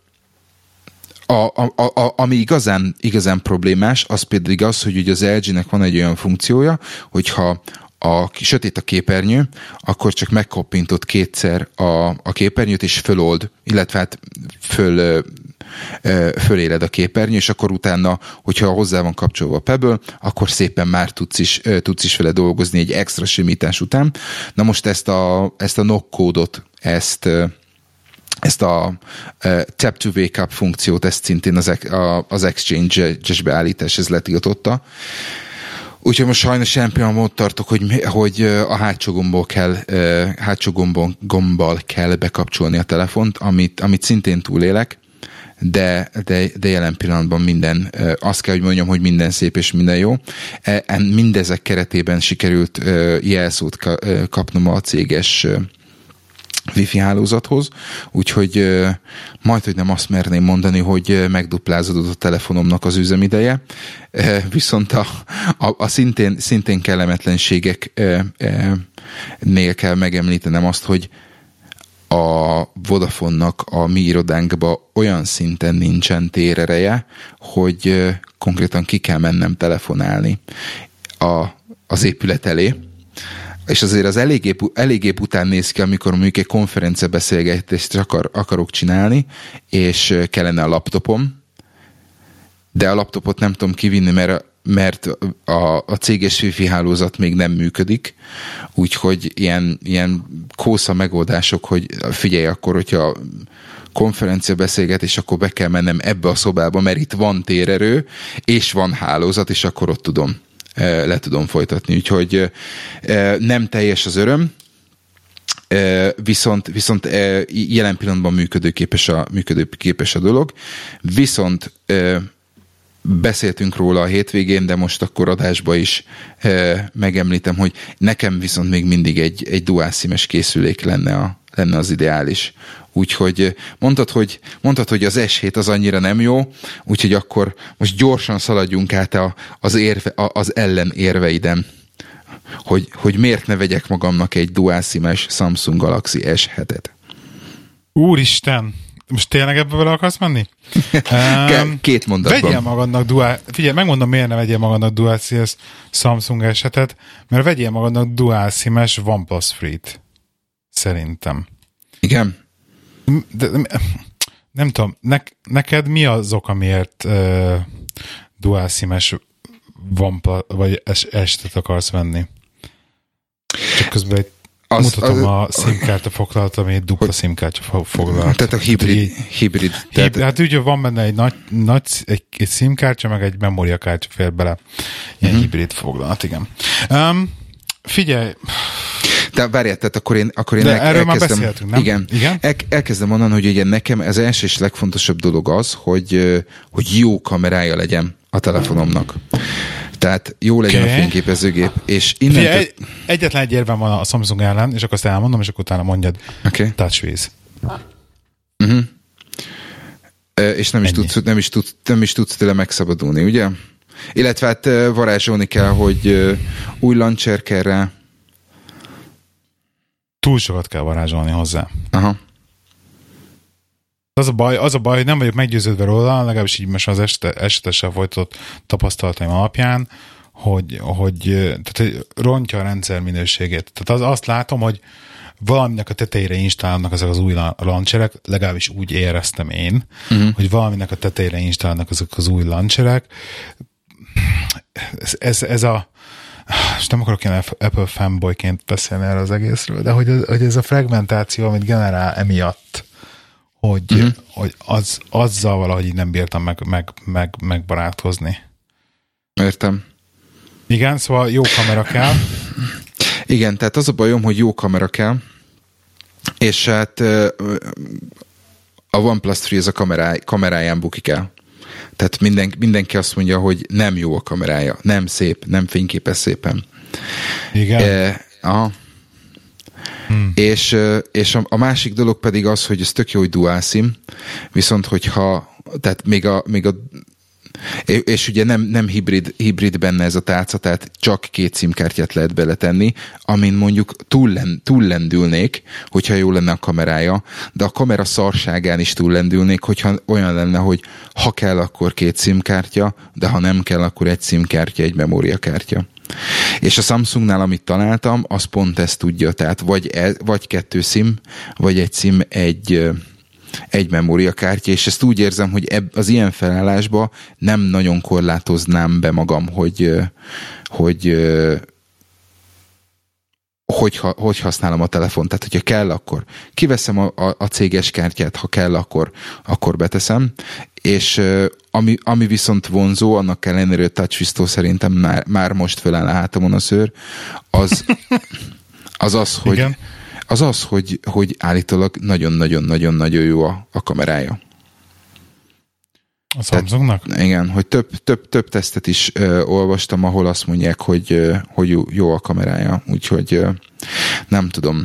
a, a, a, a, ami igazán, igazán problémás, az pedig az, hogy ugye az el gé-nek van egy olyan funkciója, hogyha a sötét a képernyő, akkor csak megkoppintod kétszer a, a képernyőt, és fölold, illetve hát föl, föléled a képernyő, és akkor utána, hogyha hozzá van kapcsolva a Pebble, akkor szépen már tudsz is, tudsz is vele dolgozni egy extra simítás után. Na most ezt a, ezt a knock kódot, ezt ezt a uh, tap to wake up funkciót, ezt szintén az, a, az Exchange-es beállítás, ez letiltotta. Úgyhogy most sajnos ilyen pillanatban ott tartok, hogy, hogy a hátsó gombbal kell, hátsó gombon, gombbal kell bekapcsolni a telefont, amit, amit szintén túlélek, de, de, de jelen pillanatban minden, azt kell, hogy mondjam, hogy minden szép és minden jó. Mindezek keretében sikerült jelszót kapnom a céges Wi-Fi hálózathoz, úgyhogy uh, majd, hogy nem azt merném mondani, hogy uh, megduplázódott a telefonomnak az üzemideje, uh, viszont a, a, a szintén, szintén kellemetlenségek uh, uh, nél kell megemlítenem azt, hogy a Vodafone-nak a mi irodánkban olyan szinten nincsen térereje, hogy uh, konkrétan ki kell mennem telefonálni a, az épület elé, és azért az eléggé, eléggé után néz ki, amikor mondjuk egy konferencia beszélgetést akar, akarok csinálni, és kellene a laptopom, de a laptopot nem tudom kivinni, mert, mert a, a céges Wi-Fi hálózat még nem működik, úgyhogy ilyen, ilyen kósza megoldások, hogy figyelj akkor, hogyha konferencia beszélgetés, akkor be kell mennem ebbe a szobába, mert itt van térerő, és van hálózat, és akkor ott tudom. le tudom folytatni. Úgyhogy nem teljes az öröm, viszont, viszont jelen pillanatban működőképes a, működőképes a dolog. Viszont beszéltünk róla a hétvégén, de most akkor adásba is megemlítem, hogy nekem viszont még mindig egy, egy dual SIM-es készülék lenne, a, lenne az ideális. Úgyhogy mondtad, hogy, mondtad, hogy az es hét az annyira nem jó, úgyhogy akkor most gyorsan szaladjunk át a, az, érve, az ellen érveiden, hogy, hogy miért ne vegyek magamnak egy dual SIM-es Samsung Galaxy es hetet. Úristen! Most tényleg ebbe vele akarsz menni? um, Két mondatban. Vegyél magadnak dual... Figyelj, megmondom, miért ne vegyél magadnak dual SIM-es Samsung esetet, mert vegyél magadnak dual SIM-es OnePlus Free-t. Szerintem. Igen. De, de, nem tudom, ne, neked mi az ok, amiért uh, dual SIM-es OnePlus, vagy esetet akarsz venni? Csak közben egy Az, mutatom az, a SIM-kártya foglalt, ami egy dupla SIM-kártya foglalt. Tehát a hibrid. hibrid tehát... Hát ugye van benne egy nagy, nagy egy, egy SIM-kártya, meg egy memóriakártya fér bele. Ilyen uh-huh. hibrid foglalat, igen. Um, figyelj! De várjál, tehát akkor én, akkor én De el, erről elkezdem, már beszéltünk, nem? Igen, igen? El, elkezdem mondani, hogy ugye nekem az első és legfontosabb dolog az, hogy, hogy jó kamerája legyen a telefonomnak. Tehát jó legyen okay. a fényképezőgép, és innentől... Egy, egyetlen egy érvem van a Samsung ellen, és akkor azt elmondom, és akkor utána mondjad okay. TouchWiz. Uh-huh. És nem is, tudsz, nem, is tudsz, nem is tudsz tőle megszabadulni, ugye? Illetve hát varázsolni kell, hogy új launcher kell rá. Túl sokat kell varázsolni hozzá. Aha. Az a baj, az a baj, hogy nem vagyok meggyőződve róla, legalábbis így most az este, esetesen folytatott tapasztalataim alapján, hogy, hogy tehát rontja a rendszer minőségét. Tehát az, azt látom, hogy valaminek a tetejére installálnak ezek az új launcherek, legalábbis úgy éreztem én, uh-huh. hogy valaminek a tetejére installálnak ezek az új launcherek. Ez, ez, ez a és nem akarok ilyen Apple fanboyként beszélni erről az egészről, de hogy, hogy ez a fragmentáció, amit generál emiatt, hogy, uh-huh. hogy az, azzal valahogy így nem bírtam meg, meg, meg, megbarátkozni. Értem. Igen, szóval jó kamera kell. Igen, tehát az a bajom, hogy jó kamera kell, és hát a OnePlus három ez a kamerá, kameráján bukik el. Tehát minden, mindenki azt mondja, hogy nem jó a kamerája, nem szép, nem fényképez szépen. Igen. E, aha. Hmm. És, és a, a másik dolog pedig az, hogy ez tök jó, hogy dual sim, viszont hogyha, tehát még a, még a és ugye nem, nem hibrid, hibrid benne ez a tálca, tehát csak két SIM-kártyát lehet beletenni, amin mondjuk túl, túllendülnék, hogyha jó lenne a kamerája, de a kamera szarságán is túllendülnék, hogyha olyan lenne, hogy ha kell, akkor két SIM-kártya, de ha nem kell, akkor egy SIM-kártya, egy memóriakártya. És a Samsungnál, amit találtam, az pont ezt tudja, tehát vagy, e, vagy kettő SIM, vagy egy SIM, egy egy memóriakártya, és ezt úgy érzem, hogy ebb, az ilyen felállásban nem nagyon korlátoznám be magam, hogy hogy, hogy, hogy használom a telefont. Tehát, hogyha kell, akkor kiveszem a, a, a céges kártyát, ha kell, akkor, akkor beteszem, és ami, ami viszont vonzó, annak ellenére, hogy TouchWiz-tól szerintem már, már most föláll a hátamon a szőr, az az, az hogy Igen. az az, hogy, hogy állítólag nagyon-nagyon-nagyon-nagyon jó a, a kamerája. A Samsungnak? Tehát, igen, hogy több, több, több tesztet is ö, olvastam, ahol azt mondják, hogy, ö, hogy jó, jó a kamerája. Úgyhogy ö, nem tudom.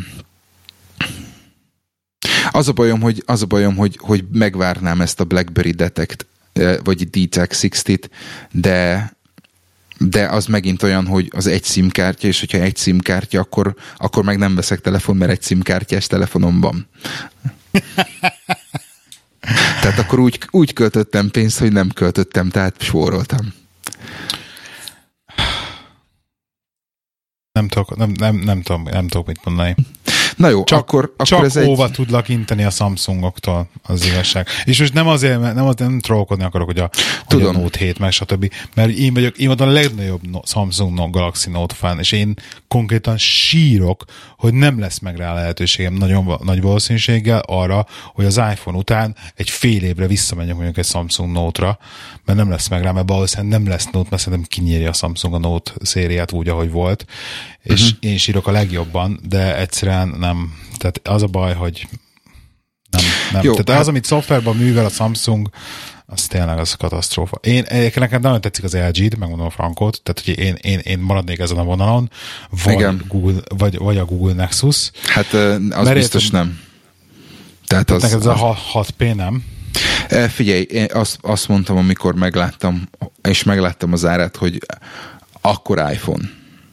Az a bajom, hogy, az a bajom, hogy, hogy megvárnám ezt a BlackBerry Detect, ö, vagy Detect hatvanyt, de de az megint olyan, hogy az egy SIM-kártya, és hogyha egy SIM-kártya, akkor, akkor meg nem veszek telefon, mert egy SIM-kártyás telefonom van. Tehát akkor úgy, úgy költöttem pénzt, hogy nem költöttem, tehát spóroltam. Nem tudok, nem, nem, nem, tudom, nem tudok mit mondani. Na jó, csak, akkor, akkor csak ez egy... óva tudlak inteni a Samsungoktól, az igazság. És most nem azért, mert nem, nem trollkodni akarok, hogy a, hogy a Note hét, meg stb. Mert én vagyok, én vagyok a legnagyobb Samsung Galaxy Note fan, és én konkrétan sírok, hogy nem lesz meg rá lehetőségem nagyon nagy valószínűséggel arra, hogy az iPhone után egy fél évre visszamegyek mondjuk egy Samsung Note-ra, mert nem lesz meg rá, mert valószínűleg nem lesz Note, mert szerintem kinyíri a Samsung a Note szériát úgy, ahogy volt. És uh-huh. én sírok a legjobban, de egyszerűen nem. Tehát az a baj, hogy nem. nem. Jó, Tehát hát... az, amit szoftverben művel a Samsung, az tényleg az katasztrófa. Én, nekem nagyon tetszik az el gé-t, megmondom a frankot, tehát hogy én, én, én maradnék ezen a vonalon, vagy, Google, vagy, vagy a Google Nexus. Hát az biztos értem, nem. Tehát az, neked ez az... a hat pé nem? Figyelj, én azt, azt mondtam, amikor megláttam, és megláttam az árát, hogy akkor iPhone.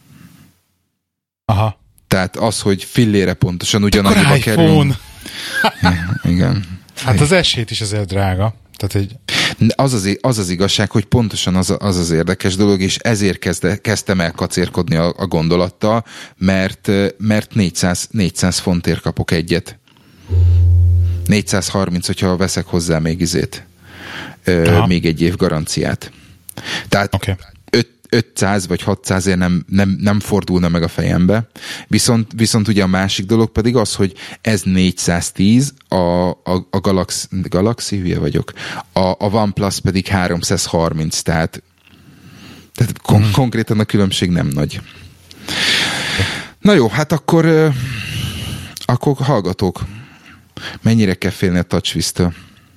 Aha. Tehát az, hogy fillére pontosan ugyanannyiba kerül. Igen. Hát az es hét is azért drága. Tehát egy... az, az, az az igazság, hogy pontosan az az, az érdekes dolog, és ezért kezde, kezdtem el kacérkodni a, a gondolattal, mert, mert négyszáz, négyszáz fontért kapok egyet. négyszázharminc, hogyha veszek hozzá még izét. Ö, még egy év garanciát. Tehát okay. ötszáz vagy hatszázért nem, nem, nem fordulna meg a fejembe. Viszont, viszont ugye a másik dolog pedig az, hogy ez négyszáztíz, a, a, a Galaxy, Galaxy, hülye vagyok, a, a OnePlus pedig háromszázharminc, tehát, tehát kon- hmm. konkrétan a különbség nem nagy. Na jó, hát akkor, akkor hallgatók, mennyire kell félni a TouchWiz-től?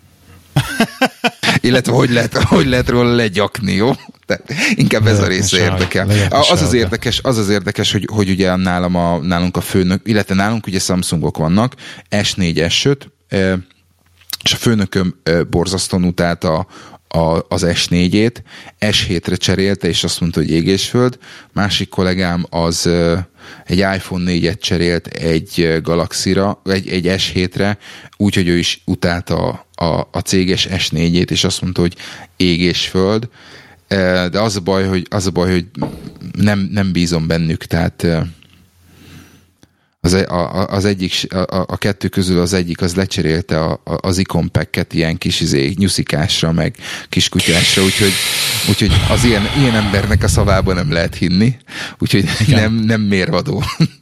Illetve hogy lehet, hogy lehet róla legyakni, jó? De inkább ez a része érdekel. Az az érdekes, az az érdekes, hogy, hogy ugye nálam a, nálunk a főnök, illetve nálunk ugye Samsungok vannak, es négy, es öt, és a főnököm borzasztóan utálta a, az es négyét, es hétre cserélte, és azt mondta, hogy ég és föld. Másik kollégám az egy iPhone négyet cserélt egy Galaxy-ra, egy, egy es hétre, úgyhogy ő is utálta a, a, a céges es négyét, és azt mondta, hogy ég és föld. De az a baj, hogy, az a baj, hogy nem, nem bízom bennük, tehát az, a, az egyik, a, a kettő közül az egyik az lecserélte a, az Icon Pack-et ilyen kis izé, nyuszikásra, meg kiskutyásra, úgyhogy, úgyhogy az ilyen, ilyen embernek a szavában nem lehet hinni, úgyhogy nem, nem mérvadó.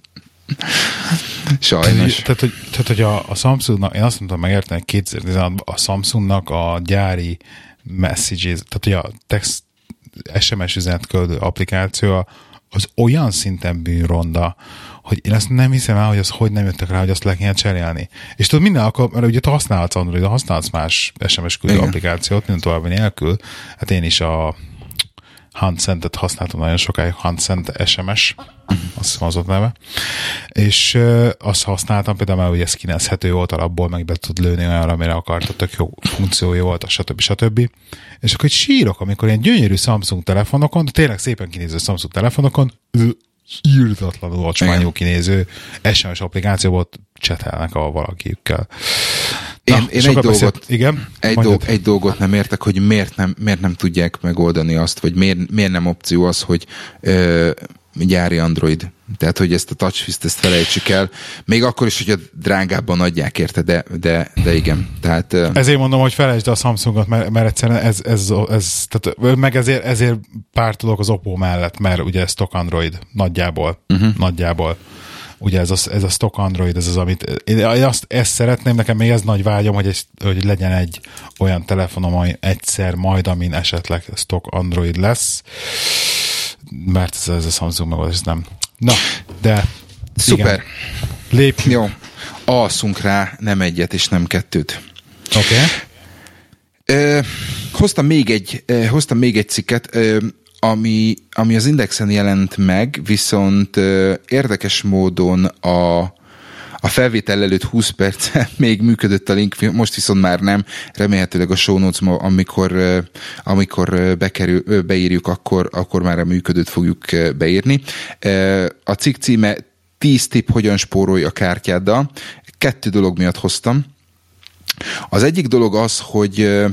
Sajnos. Tehát, hogy, tehát, hogy a, a Samsungnak, én azt mondtam megérteni, hogy kétezer-tizenhatban a Samsungnak a gyári messages, tehát hogy a text es em es üzenetküldő applikáció az olyan szinten bűnronda, hogy én ezt nem hiszem el, hogy az hogy nem jöttek rá, hogy azt le kéne cserélni. És tudod, minden akkor, mert ugye te használhatsz Android, használhatsz más es em es küldő igen. applikációt, minden további nélkül. Hát én is a HuntSend-et használtam nagyon sokáig, HuntSend es em es, azt hiszem az ott neve. És uh, azt használtam, például már ugye szkinezhető volt, alapból meg be tud lőni olyanra, amire akartad, tök jó funkciója volt, stb. stb. És akkor egy sírok, amikor ilyen gyönyörű Samsung telefonokon, de tényleg szépen kinéző Samsung telefonokon, írtatlanul vacsmányú kinéző es em es applikációból csetelnek a valakiükkel. Én, Na, én egy, dolgot, igen? Egy, dolg, egy dolgot nem értek, hogy miért nem, miért nem tudják megoldani azt, vagy miért, miért nem opció az, hogy ö, gyári Android. Tehát, hogy ezt a TouchWiz-t ezt felejtsük el. Még akkor is, hogy a drágábban adják érte, de, de, de igen. Tehát, ö... ezért mondom, hogy felejtsd a Samsungot, mert, mert egyszerűen ez, ez, ez tehát, meg ezért, ezért pártolok az Oppo mellett, mert ugye stock Android nagyjából. Uh-huh. Nagyjából. Ugye ez a, ez a stock Android, ez az, amit én azt, ezt szeretném, nekem még ez nagy vágyom, hogy, ez, hogy legyen egy olyan telefonom, ami egyszer majd, amin esetleg stock Android lesz, mert ez, ez a Samsung megoldás, ez nem. Na, de szuper. Lépjünk. Jó. Alszunk rá nem egyet és nem kettőt. Oké. Okay. Hoztam még egy, hoztam még egy cikket, ö, Ami, ami az Indexen jelent meg, viszont ö, érdekes módon a, a felvétel előtt húsz perccel még működött a link, most viszont már nem, remélhetőleg a show notes-ma, amikor, ö, amikor bekerül, ö, beírjuk, akkor, akkor már a működőt fogjuk ö, beírni. Ö, a cikk címe tíz tipp, hogyan spórolj a kártyáddal. Kettő dolog miatt hoztam. Az egyik dolog az, hogy ö,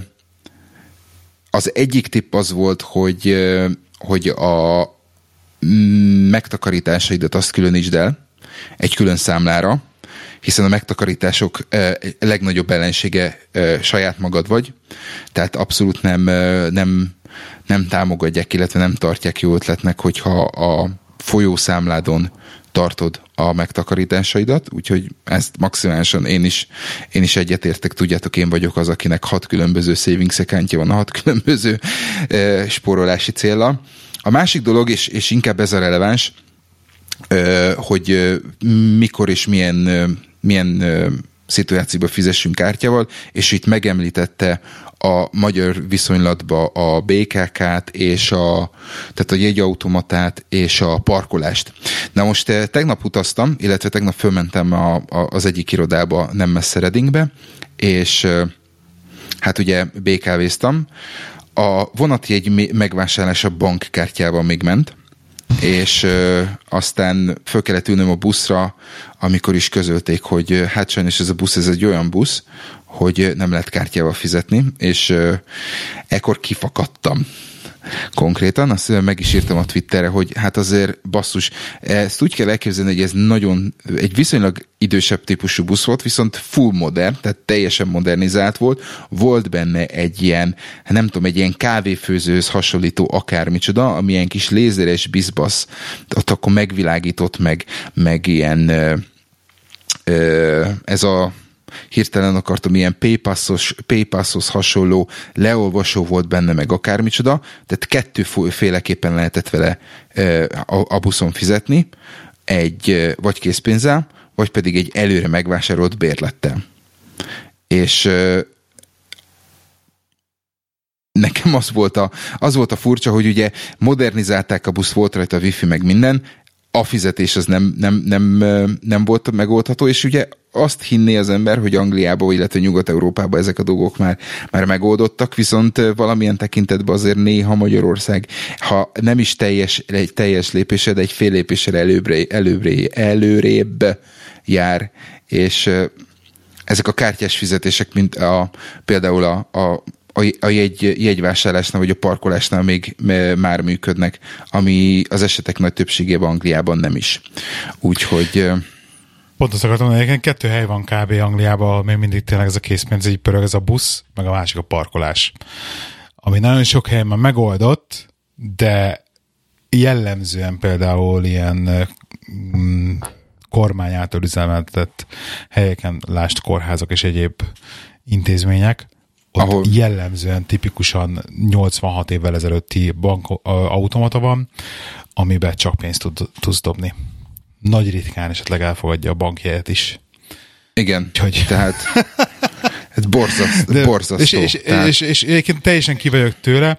az egyik tipp az volt, hogy, hogy a megtakarításaidat azt különítsd el egy külön számlára, hiszen a megtakarítások legnagyobb ellensége saját magad vagy, tehát abszolút nem, nem, nem támogatják, illetve nem tartják jó ötletnek, hogyha a folyószámládon tartod a megtakarításaidat, úgyhogy ezt maximálisan én is, én is egyetértek, tudjátok, én vagyok az, akinek hat különböző savings accountja van a hat különböző e, spórolási céllal. A másik dolog, és, és inkább ez a releváns, e, hogy e, mikor és milyen, e, milyen e, szituációban fizessünk kártyával, és itt megemlítette a magyar viszonylatba a bé ká ká-t és a, tehát a jegyautomatát és a parkolást. Na most tegnap utaztam, illetve tegnap fölmentem a, a, az egyik irodába nem messze Readingbe, és hát ugye bé ká-véztam. A vonati egy megvásárlása bankkártyával még ment, és ö, aztán föl kellett ülnöm a buszra, amikor is közölték, hogy hát sajnos ez a busz, ez egy olyan busz, hogy nem lehet kártyával fizetni, és ö, ekkor kifakadtam konkrétan, azt meg is írtam a Twitterre, hogy hát azért basszus, ezt úgy kell elképzelni, hogy ez nagyon, egy viszonylag idősebb típusú busz volt, viszont full modern, tehát teljesen modernizált volt, volt benne egy ilyen, nem tudom, egy ilyen kávéfőzőhöz hasonlító akármicsoda, ami ilyen kis lézeres bizbasz, ott akkor megvilágított, meg, meg ilyen ö, ö, ez a hirtelen akartam, ilyen PayPass-os, PayPass-hoz hasonló leolvasó volt benne, meg akármicsoda, tehát kettőféleképpen lehetett vele a, a buszon fizetni. egy vagy készpénzzel, vagy pedig egy előre megvásárolt bérlettel. És nekem az volt, a, az volt a furcsa, hogy ugye modernizálták a buszt, volt rajta a wifi, meg minden, a fizetés az nem, nem, nem, nem volt megoldható, és ugye azt hinné az ember, hogy Angliában, illetve Nyugat-Európában ezek a dolgok már, már megoldottak, viszont valamilyen tekintetben azért néha Magyarország, ha nem is teljes, egy teljes lépésre, de egy fél lépésre előbbre, előbbre, előrébb jár, és ezek a kártyás fizetések, mint a, például a, a a jegy, jegyvásárlásnál vagy a parkolásnál még már működnek, ami az esetek nagy többségében Angliában nem is. Úgyhogy... Pont azt akartam mondani, kettő hely van kb. Angliában, ahol még mindig tényleg ez a készpénz, így pörög, ez a busz, meg a másik a parkolás. Ami nagyon sok helyen már megoldott, de jellemzően például ilyen mm, kormány által üzemeltetett helyeken, lásd kórházak és egyéb intézmények, ott ahol jellemzően tipikusan nyolcvanhat évvel ezelőtti bankautomata van, amiben csak pénzt tud, tudsz dobni. Nagy ritkán esetleg elfogadja a bankjegyet is. Igen, Úgyhogy... tehát ez borzaszt, De, borzasztó. És, és, tehát... és, és, és egyébként teljesen ki vagyok tőle.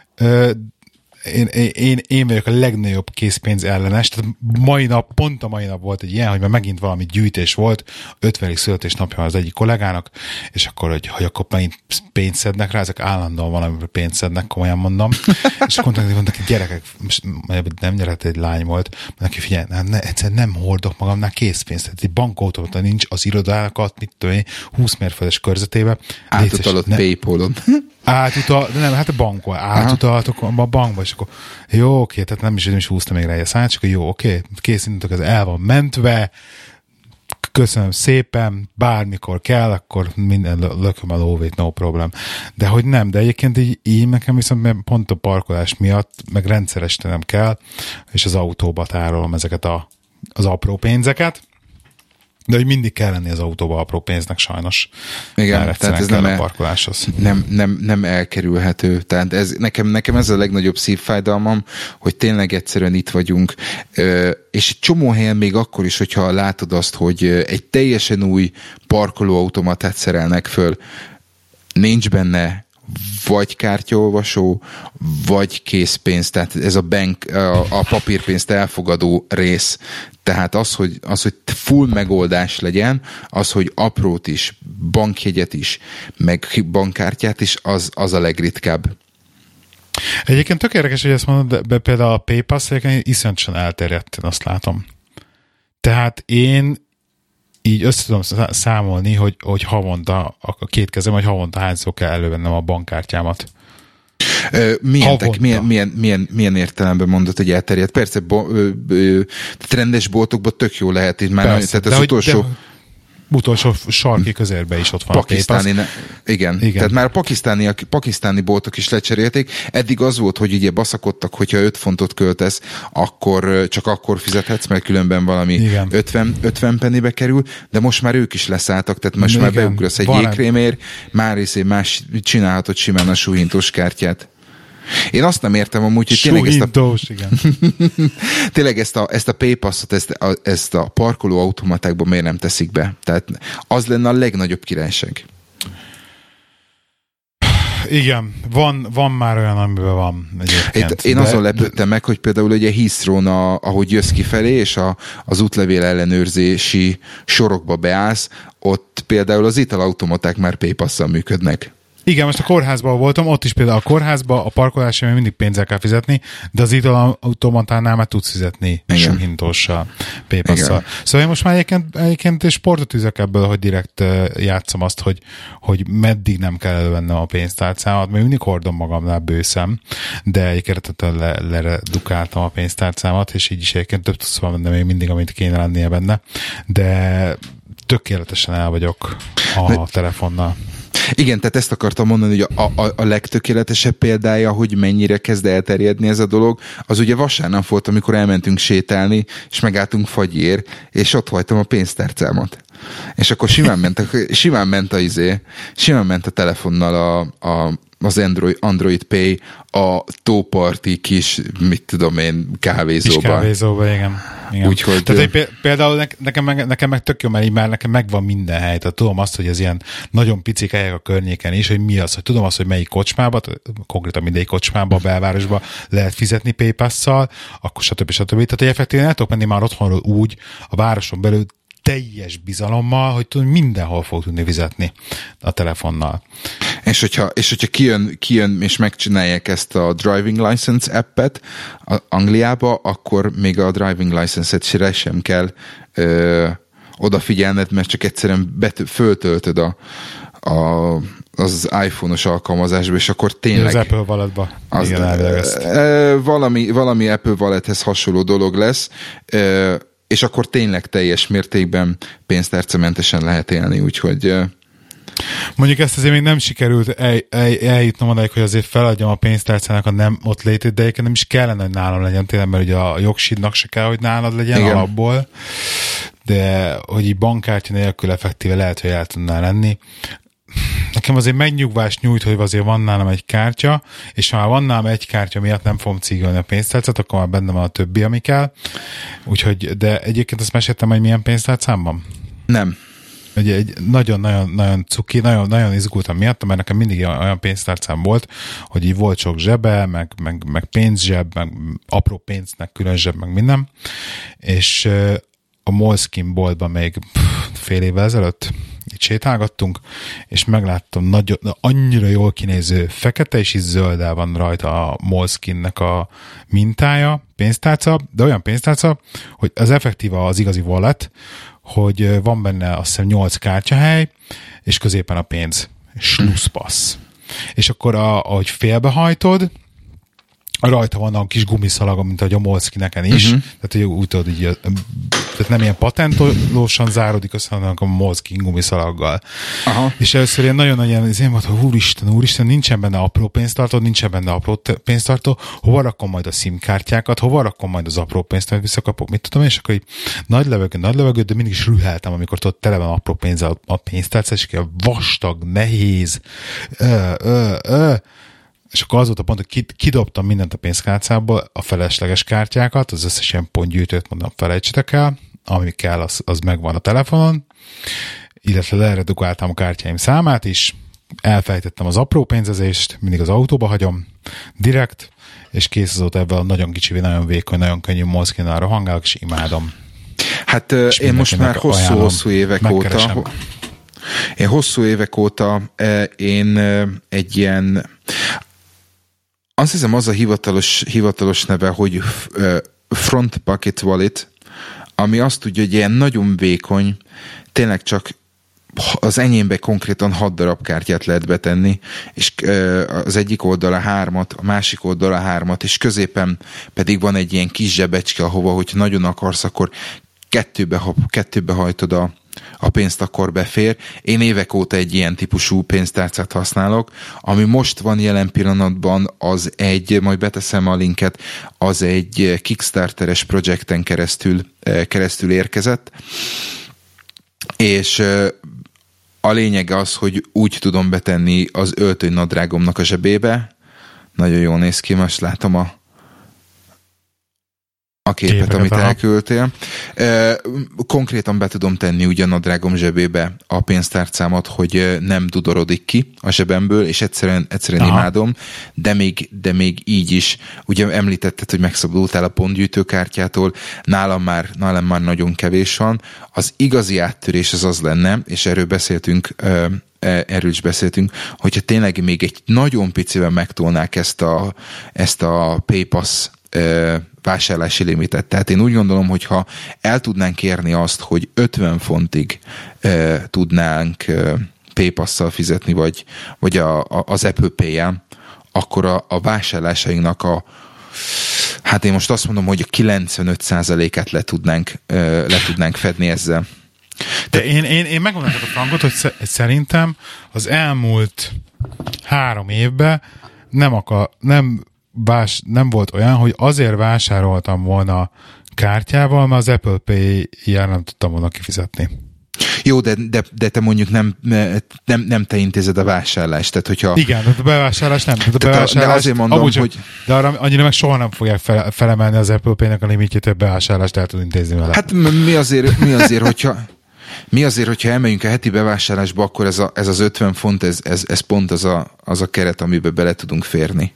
Én, én, én vagyok a legnagyobb készpénz ellenes, tehát mai nap, pont a mai nap volt egy ilyen, hogy már megint valami gyűjtés volt, ötvenedik születésnapja az egyik kollégának, és akkor, hogy, hogy akkor megint pénzt szednek rá, ezek állandóan valamiből pénzt szednek, komolyan mondom, és akkor mondták, mondták, hogy gyerekek, nem gyerek, egy lány volt, neki figyelj, ne, egyszer nem hordok magamnál készpénzt, tehát egy bankautomata nincs az irodákat, mit tudom én, húsz mérföldes körzetében. Átutalott PayPal-on. Átutal, de nem, hát a bankon, átutaltok a bankba, és akkor jó, oké, tehát nem is, nem is húztam még rá egy szállt, csak jó, oké, készítetek, ez el van mentve, köszönöm szépen, bármikor kell, akkor minden lököm a lóvét, no problem. De hogy nem, de egyébként így, így nekem viszont pont a parkolás miatt, meg rendszeresítenem kell, és az autóba tárolom ezeket a, az apró pénzeket, de hogy mindig kell lenni az autóba apró pénznek sajnos. Igen, tehát ez nem, a parkoláshoz. Nem, nem, nem elkerülhető. Tehát ez, nekem, nekem ez a legnagyobb szívfájdalmam, hogy tényleg egyszerűen itt vagyunk, és egy csomó helyen még akkor is, hogyha látod azt, hogy egy teljesen új parkolóautomatát szerelnek föl, nincs benne vagy kártyaolvasó, vagy készpénz, tehát ez a bank, a, a papírpénzt elfogadó rész. Tehát az hogy, az, hogy full megoldás legyen, az, hogy aprót is, bankjegyet is, meg bankkártyát is, az, az a legritkább. Egyébként tök érdekes, hogy ezt mondod, de például a PayPass iszonyatosan elterjedt, én azt látom. Tehát én így össze tudom számolni, hogy, hogy havonta, a két kezem, hogy havonta hányszor kell elővennem a bankkártyámat. Ö, milyen, tek, milyen, milyen, milyen, milyen értelemben mondod, hogy elterjedt? Persze, bo, ö, ö, rendes boltokban tök jó lehet, így már Persze, tehát az utolsó... De, utolsó sarki közérbe is ott van pakisztáni, ne, igen. igen. Tehát már a pakisztáni, a pakisztáni boltok is lecserélték. Eddig az volt, hogy ugye baszakodtak, hogyha öt fontot költesz, akkor csak akkor fizethetsz, mert különben valami ötven, ötven pennibe kerül, de most már ők is leszálltak, tehát most igen. már beugrasz egy jégkrémért, már részé más csinálhatod simán a suhintós kártyát. Én azt nem értem amúgy, hogy tényleg ezt a, igen. tényleg ezt a, ezt a PayPass-ot, ezt a, ezt a parkoló automatákban miért nem teszik be? Tehát az lenne a legnagyobb királyság. Igen, van, van már olyan, amiben van egyébként. Én, én de... azon lepődtem meg, hogy például ugye Heathrow-n, ahogy jössz kifelé, és a, az útlevél ellenőrzési sorokba beállsz, ott például az italautomaták már PayPass-szal működnek. Igen, most a kórházban voltam, ott is például a kórházban a parkolásra még mindig pénzzel kell fizetni, de az italautomatánál már tudsz fizetni suhintóssal, PayPass-szal. Szóval én most már egyébként, egyébként sportot üzek ebből, hogy direkt játszom azt, hogy, hogy meddig nem kell elővennem a pénztárcámat, még mindig hordom magamnál bőszem, de egyébként le, leredukáltam a pénztárcámat, és így is egyébként több tudsz venni még mindig, amit kéne lennie benne, de tökéletesen el vagyok a de... telefonnal. Igen, tehát ezt akartam mondani, hogy a, a, a legtökéletesebb példája, hogy mennyire kezd elterjedni ez a dolog, az ugye vasárnap volt, amikor elmentünk sétálni, és megálltunk fagyér, és ott hagytam a pénztárcámat. És akkor simán ment a, simán ment a izé, simán ment a telefonnal a, a az Android, Android Pay a tóparti kis, mit tudom én, kávézóba. Kis kávézóba, igen. igen. Úgyhogy... Tehát például nekem meg, nekem meg tök jó, mert így már nekem megvan minden hely. Tehát tudom azt, hogy ez ilyen nagyon picik helyek a környéken is, hogy mi az, hogy tudom azt, hogy melyik kocsmába, konkrétan mindegyik kocsmába, a belvárosba lehet fizetni PayPass-szal, akkor stb. stb. Tehát effektíven el tudok menni már otthonról úgy, a városon belül teljes bizalommal, hogy tudom, mindenhol fog tudni fizetni a telefonnal. És hogyha, és hogyha kijön, kijön és megcsinálják ezt a Driving License appet Angliába, akkor még a Driving License-et sem kell ö, odafigyelned, mert csak egyszerűen betö- föltöltöd a, a, az iPhone-os alkalmazásba, és akkor tényleg... Az Apple Walletba. Az, Igen, ö, valami, valami Apple Wallethez hasonló dolog lesz, ö, és akkor tényleg teljes mértékben pénztárcamentesen lehet élni, úgyhogy... Mondjuk ezt azért még nem sikerült el, el, eljutnom odáig, hogy azért feladjam a pénztárcának a nem ott létét, de egyébként nem is kellene, hogy nálam legyen tényleg, mert ugye a jogsidnak se kell, hogy nálad legyen. Igen. Alapból, de hogy így bankkártya nélkül effektíve lehet, hogy el tudná lenni. Nekem azért megnyugvást nyújt, hogy azért van nálam egy kártya, és ha már van nálam egy kártya miatt nem fogom cígölni a pénztárcát, akkor már benne van a többi, ami kell. Úgyhogy, de egyébként azt meséltem, hogy milyen pénztárcám? Nem. Ugye egy nagyon-nagyon cuki, nagyon, nagyon izgultam miatt, mert nekem mindig olyan pénztárcám volt, hogy így volt sok zsebe, meg, meg, meg pénzseb, meg apró pénznek külön zseb, meg minden. És a Moleskine boltban még pff, fél évvel ezelőtt így sétálgattunk, és megláttam nagyon, annyira jól kinéző fekete, és így zöldel van rajta a Moleskine-nek a mintája, pénztárca, de olyan pénztárca, hogy az effektíva az igazi wallet, hogy van benne azt hiszem nyolc kártyahely, és középen a pénz. Slusszpassz. És akkor a, ahogy félbehajtod, rajta van a kis gumiszalaga, mint ahogy a Moleskine-eken is. Uh-huh. Tehát hogy úgy tudod, így, tehát nem ilyen patentolósan záródik össze, hanem a Moleskine gumiszalaggal. Aha. És először ilyen nagyon nagy ilyen, én mondtam, úristen, úristen, nincsen benne apró pénztartó, nincsen benne apró pénztartó, hova rakom majd a SIM-kártyákat, hova rakom majd az apró pénzt, amit visszakapok, mit tudom, és akkor így nagy levegő, nagy levegő, de mindig is rüheltem, amikor tudod, tele van apró pénzzel a pénztárca, és ilyen vastag, nehéz, ö, ö, ö. És akkor az volt a pont, hogy kidobtam mindent a pénzkártyából, a felesleges kártyákat, az összes ilyen pontgyűjtőt mondom, felejtsetek el, ami kell, az, az megvan a telefonon, illetve leredukáltam a kártyáim számát is, elfejtettem az apró pénzezést, mindig az autóba hagyom, direkt, és kész azóta ebben a nagyon kicsi, nagyon vékony, nagyon könnyű Moleskine-nál rohangálok, és imádom. Hát és én most már hosszú-hosszú évek megkeresem. óta én hosszú évek óta én egy ilyen azt hiszem az a hivatalos, hivatalos neve, hogy Front Pocket Wallet, ami azt tudja, hogy ilyen nagyon vékony, tényleg csak az enyémbe konkrétan hat darab kártyát lehet betenni, és az egyik oldala hármat, a másik oldala hármat, és középen pedig van egy ilyen kis zsebecske, ahova, hogyha nagyon akarsz, akkor kettőbe, kettőbe hajtod a a pénzt, akkor befér. Én évek óta egy ilyen típusú pénztárcát használok, ami most van jelen pillanatban, az egy, majd beteszem a linket, az egy Kickstarteres projekten keresztül, keresztül érkezett, és a lényeg az, hogy úgy tudom betenni az öltönynadrágomnak a zsebébe, nagyon jól néz ki, most látom a a képet, Képeket, amit aha. elküldtél. Konkrétan be tudom tenni ugyan a drágom zsebébe a pénztárcámat, hogy nem dudorodik ki a zsebemből, és egyszerűen, egyszerűen imádom, de még, de még így is, ugye említetted, hogy megszabadultál a pontgyűjtőkártyától, nálam már, nálam már nagyon kevés van. Az igazi áttörés az az lenne, és erről beszéltünk, erről is beszéltünk, hogyha tényleg még egy nagyon picivel megtolnák ezt a, ezt a PayPass vásárlási limitet. Tehát én úgy gondolom, hogy ha el tudnánk érni azt, hogy ötven fontig e, tudnánk e, PayPass-szal fizetni, vagy, vagy a, a, az Apple Pay-jel, akkor a, a vásárlásainknak a hát én most azt mondom, hogy a kilencvenöt százalékát le tudnánk, e, le tudnánk fedni ezzel. De én, én, én megmondom a frankot, hogy szerintem az elmúlt három évben nem akar, nem Vás, nem volt olyan, hogy azért vásároltam volna kártyával, mert az Apple Pay-jel nem tudtam volna kifizetni. Jó, de, de, de te mondjuk nem, nem, nem te intézed a vásárlást. Tehát, hogyha... Igen, de a bevásárlás nem. De, a bevásárlás, de azért mondom, amúgy, hogy... De arra annyira meg soha nem fogják fel, felemelni az Apple Pay-nek a limitjét, hogy bevásárlást el tud intézni vele. Hát mi azért, mi azért hogyha... Mi azért, hogyha elmegyünk a heti bevásárlásba, akkor ez, a, ez az ötven font, ez, ez, ez pont az a, az a keret, amiben bele tudunk férni.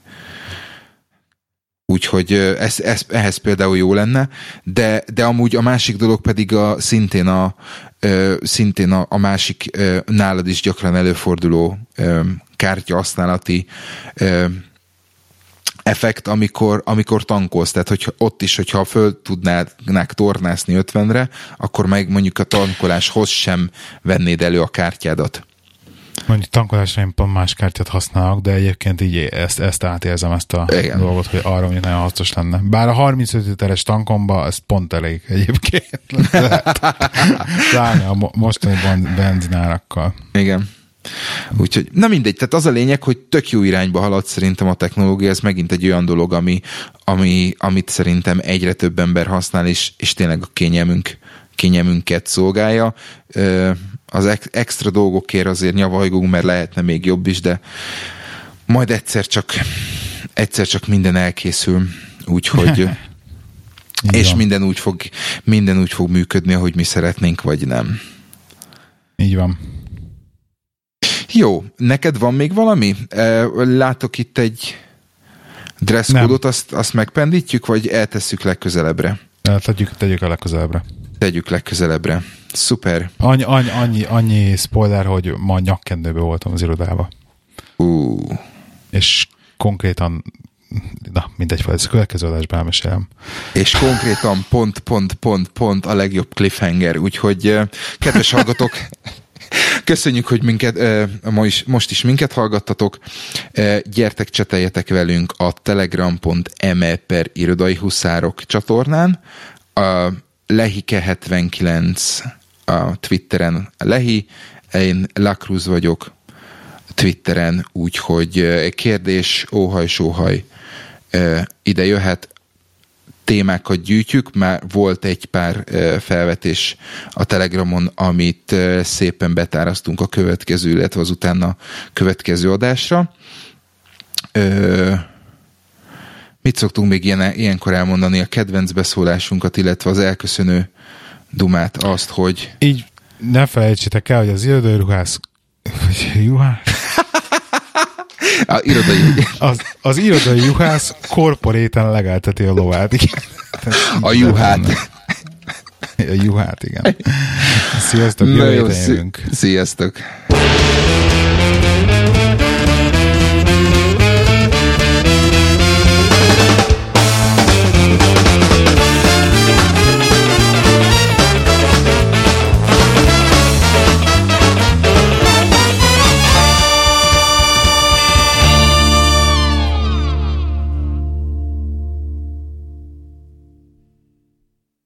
Úgyhogy ez, ez, ehhez például jó lenne, de, de amúgy a másik dolog pedig a, szintén, a, szintén a, a másik nálad is gyakran előforduló kártya használati effekt, amikor, amikor tankolsz. Tehát, hogy ott is, hogyha föl tudnák tornászni ötvenre, akkor meg mondjuk a tankoláshoz sem vennéd elő a kártyádat. Mondjuk tankolásra én pont más kártyát használok, de egyébként így ezt, ezt átérzem, ezt a Igen. dolgot, hogy arra mondjuk nagyon hasznos lenne. Bár a harmincöt literes tankomba ez pont elég egyébként. Pláne a mostani benzinárakkal. Igen. Úgyhogy, na mindegy, tehát az a lényeg, hogy tök jó irányba halad szerintem a technológia, ez megint egy olyan dolog, ami, ami, amit szerintem egyre több ember használ, és, és tényleg a kényelmünk, kényelmünket szolgálja. Az extra dolgokért azért nyavajgunk, mert lehetne még jobb is, de majd egyszer csak egyszer csak minden elkészül, úgyhogy és minden úgy, fog, minden úgy fog működni, ahogy mi szeretnénk, vagy nem. Így van. Jó, neked van még valami? Látok itt egy dresszkódot, azt, azt megpendítjük, vagy eltesszük legközelebbre? Tegyük, tegyük a legközelebbre. Tegyük legközelebbre. Szuper. Annyi, annyi, annyi, annyi spoiler, hogy ma nyakkendőben voltam az irodába. Uh. És konkrétan, na mindegy, ez a következő adásban elmesélem. És konkrétan pont, pont, pont, pont a legjobb cliffhanger, úgyhogy kedves hallgatók, köszönjük, hogy minket, ma is, most is minket hallgattatok. Gyertek, cseteljetek velünk a telegram pont me per irodai huszárok csatornán. A Lehike hetvenkilenc a Twitteren Lehi, én Lacruz vagyok Twitteren, úgyhogy kérdés, óhaj, sóhaj ide jöhet. Témákat gyűjtjük, már volt egy pár felvetés a Telegramon, amit szépen betárasztunk a következő, illetve az utána következő adásra. Mit szoktunk még ilyen, ilyenkor elmondani? A kedvenc beszólásunkat, illetve az elköszönő dumát, azt, hogy... Így ne felejtsétek el, hogy az irodai ruhász... Juhász? A irodai... Az, az irodai juhász korporéten legelteti a lovát. Igen. A juhát. A juhát, igen. Sziasztok, jövő héten jövünk. Sziasztok.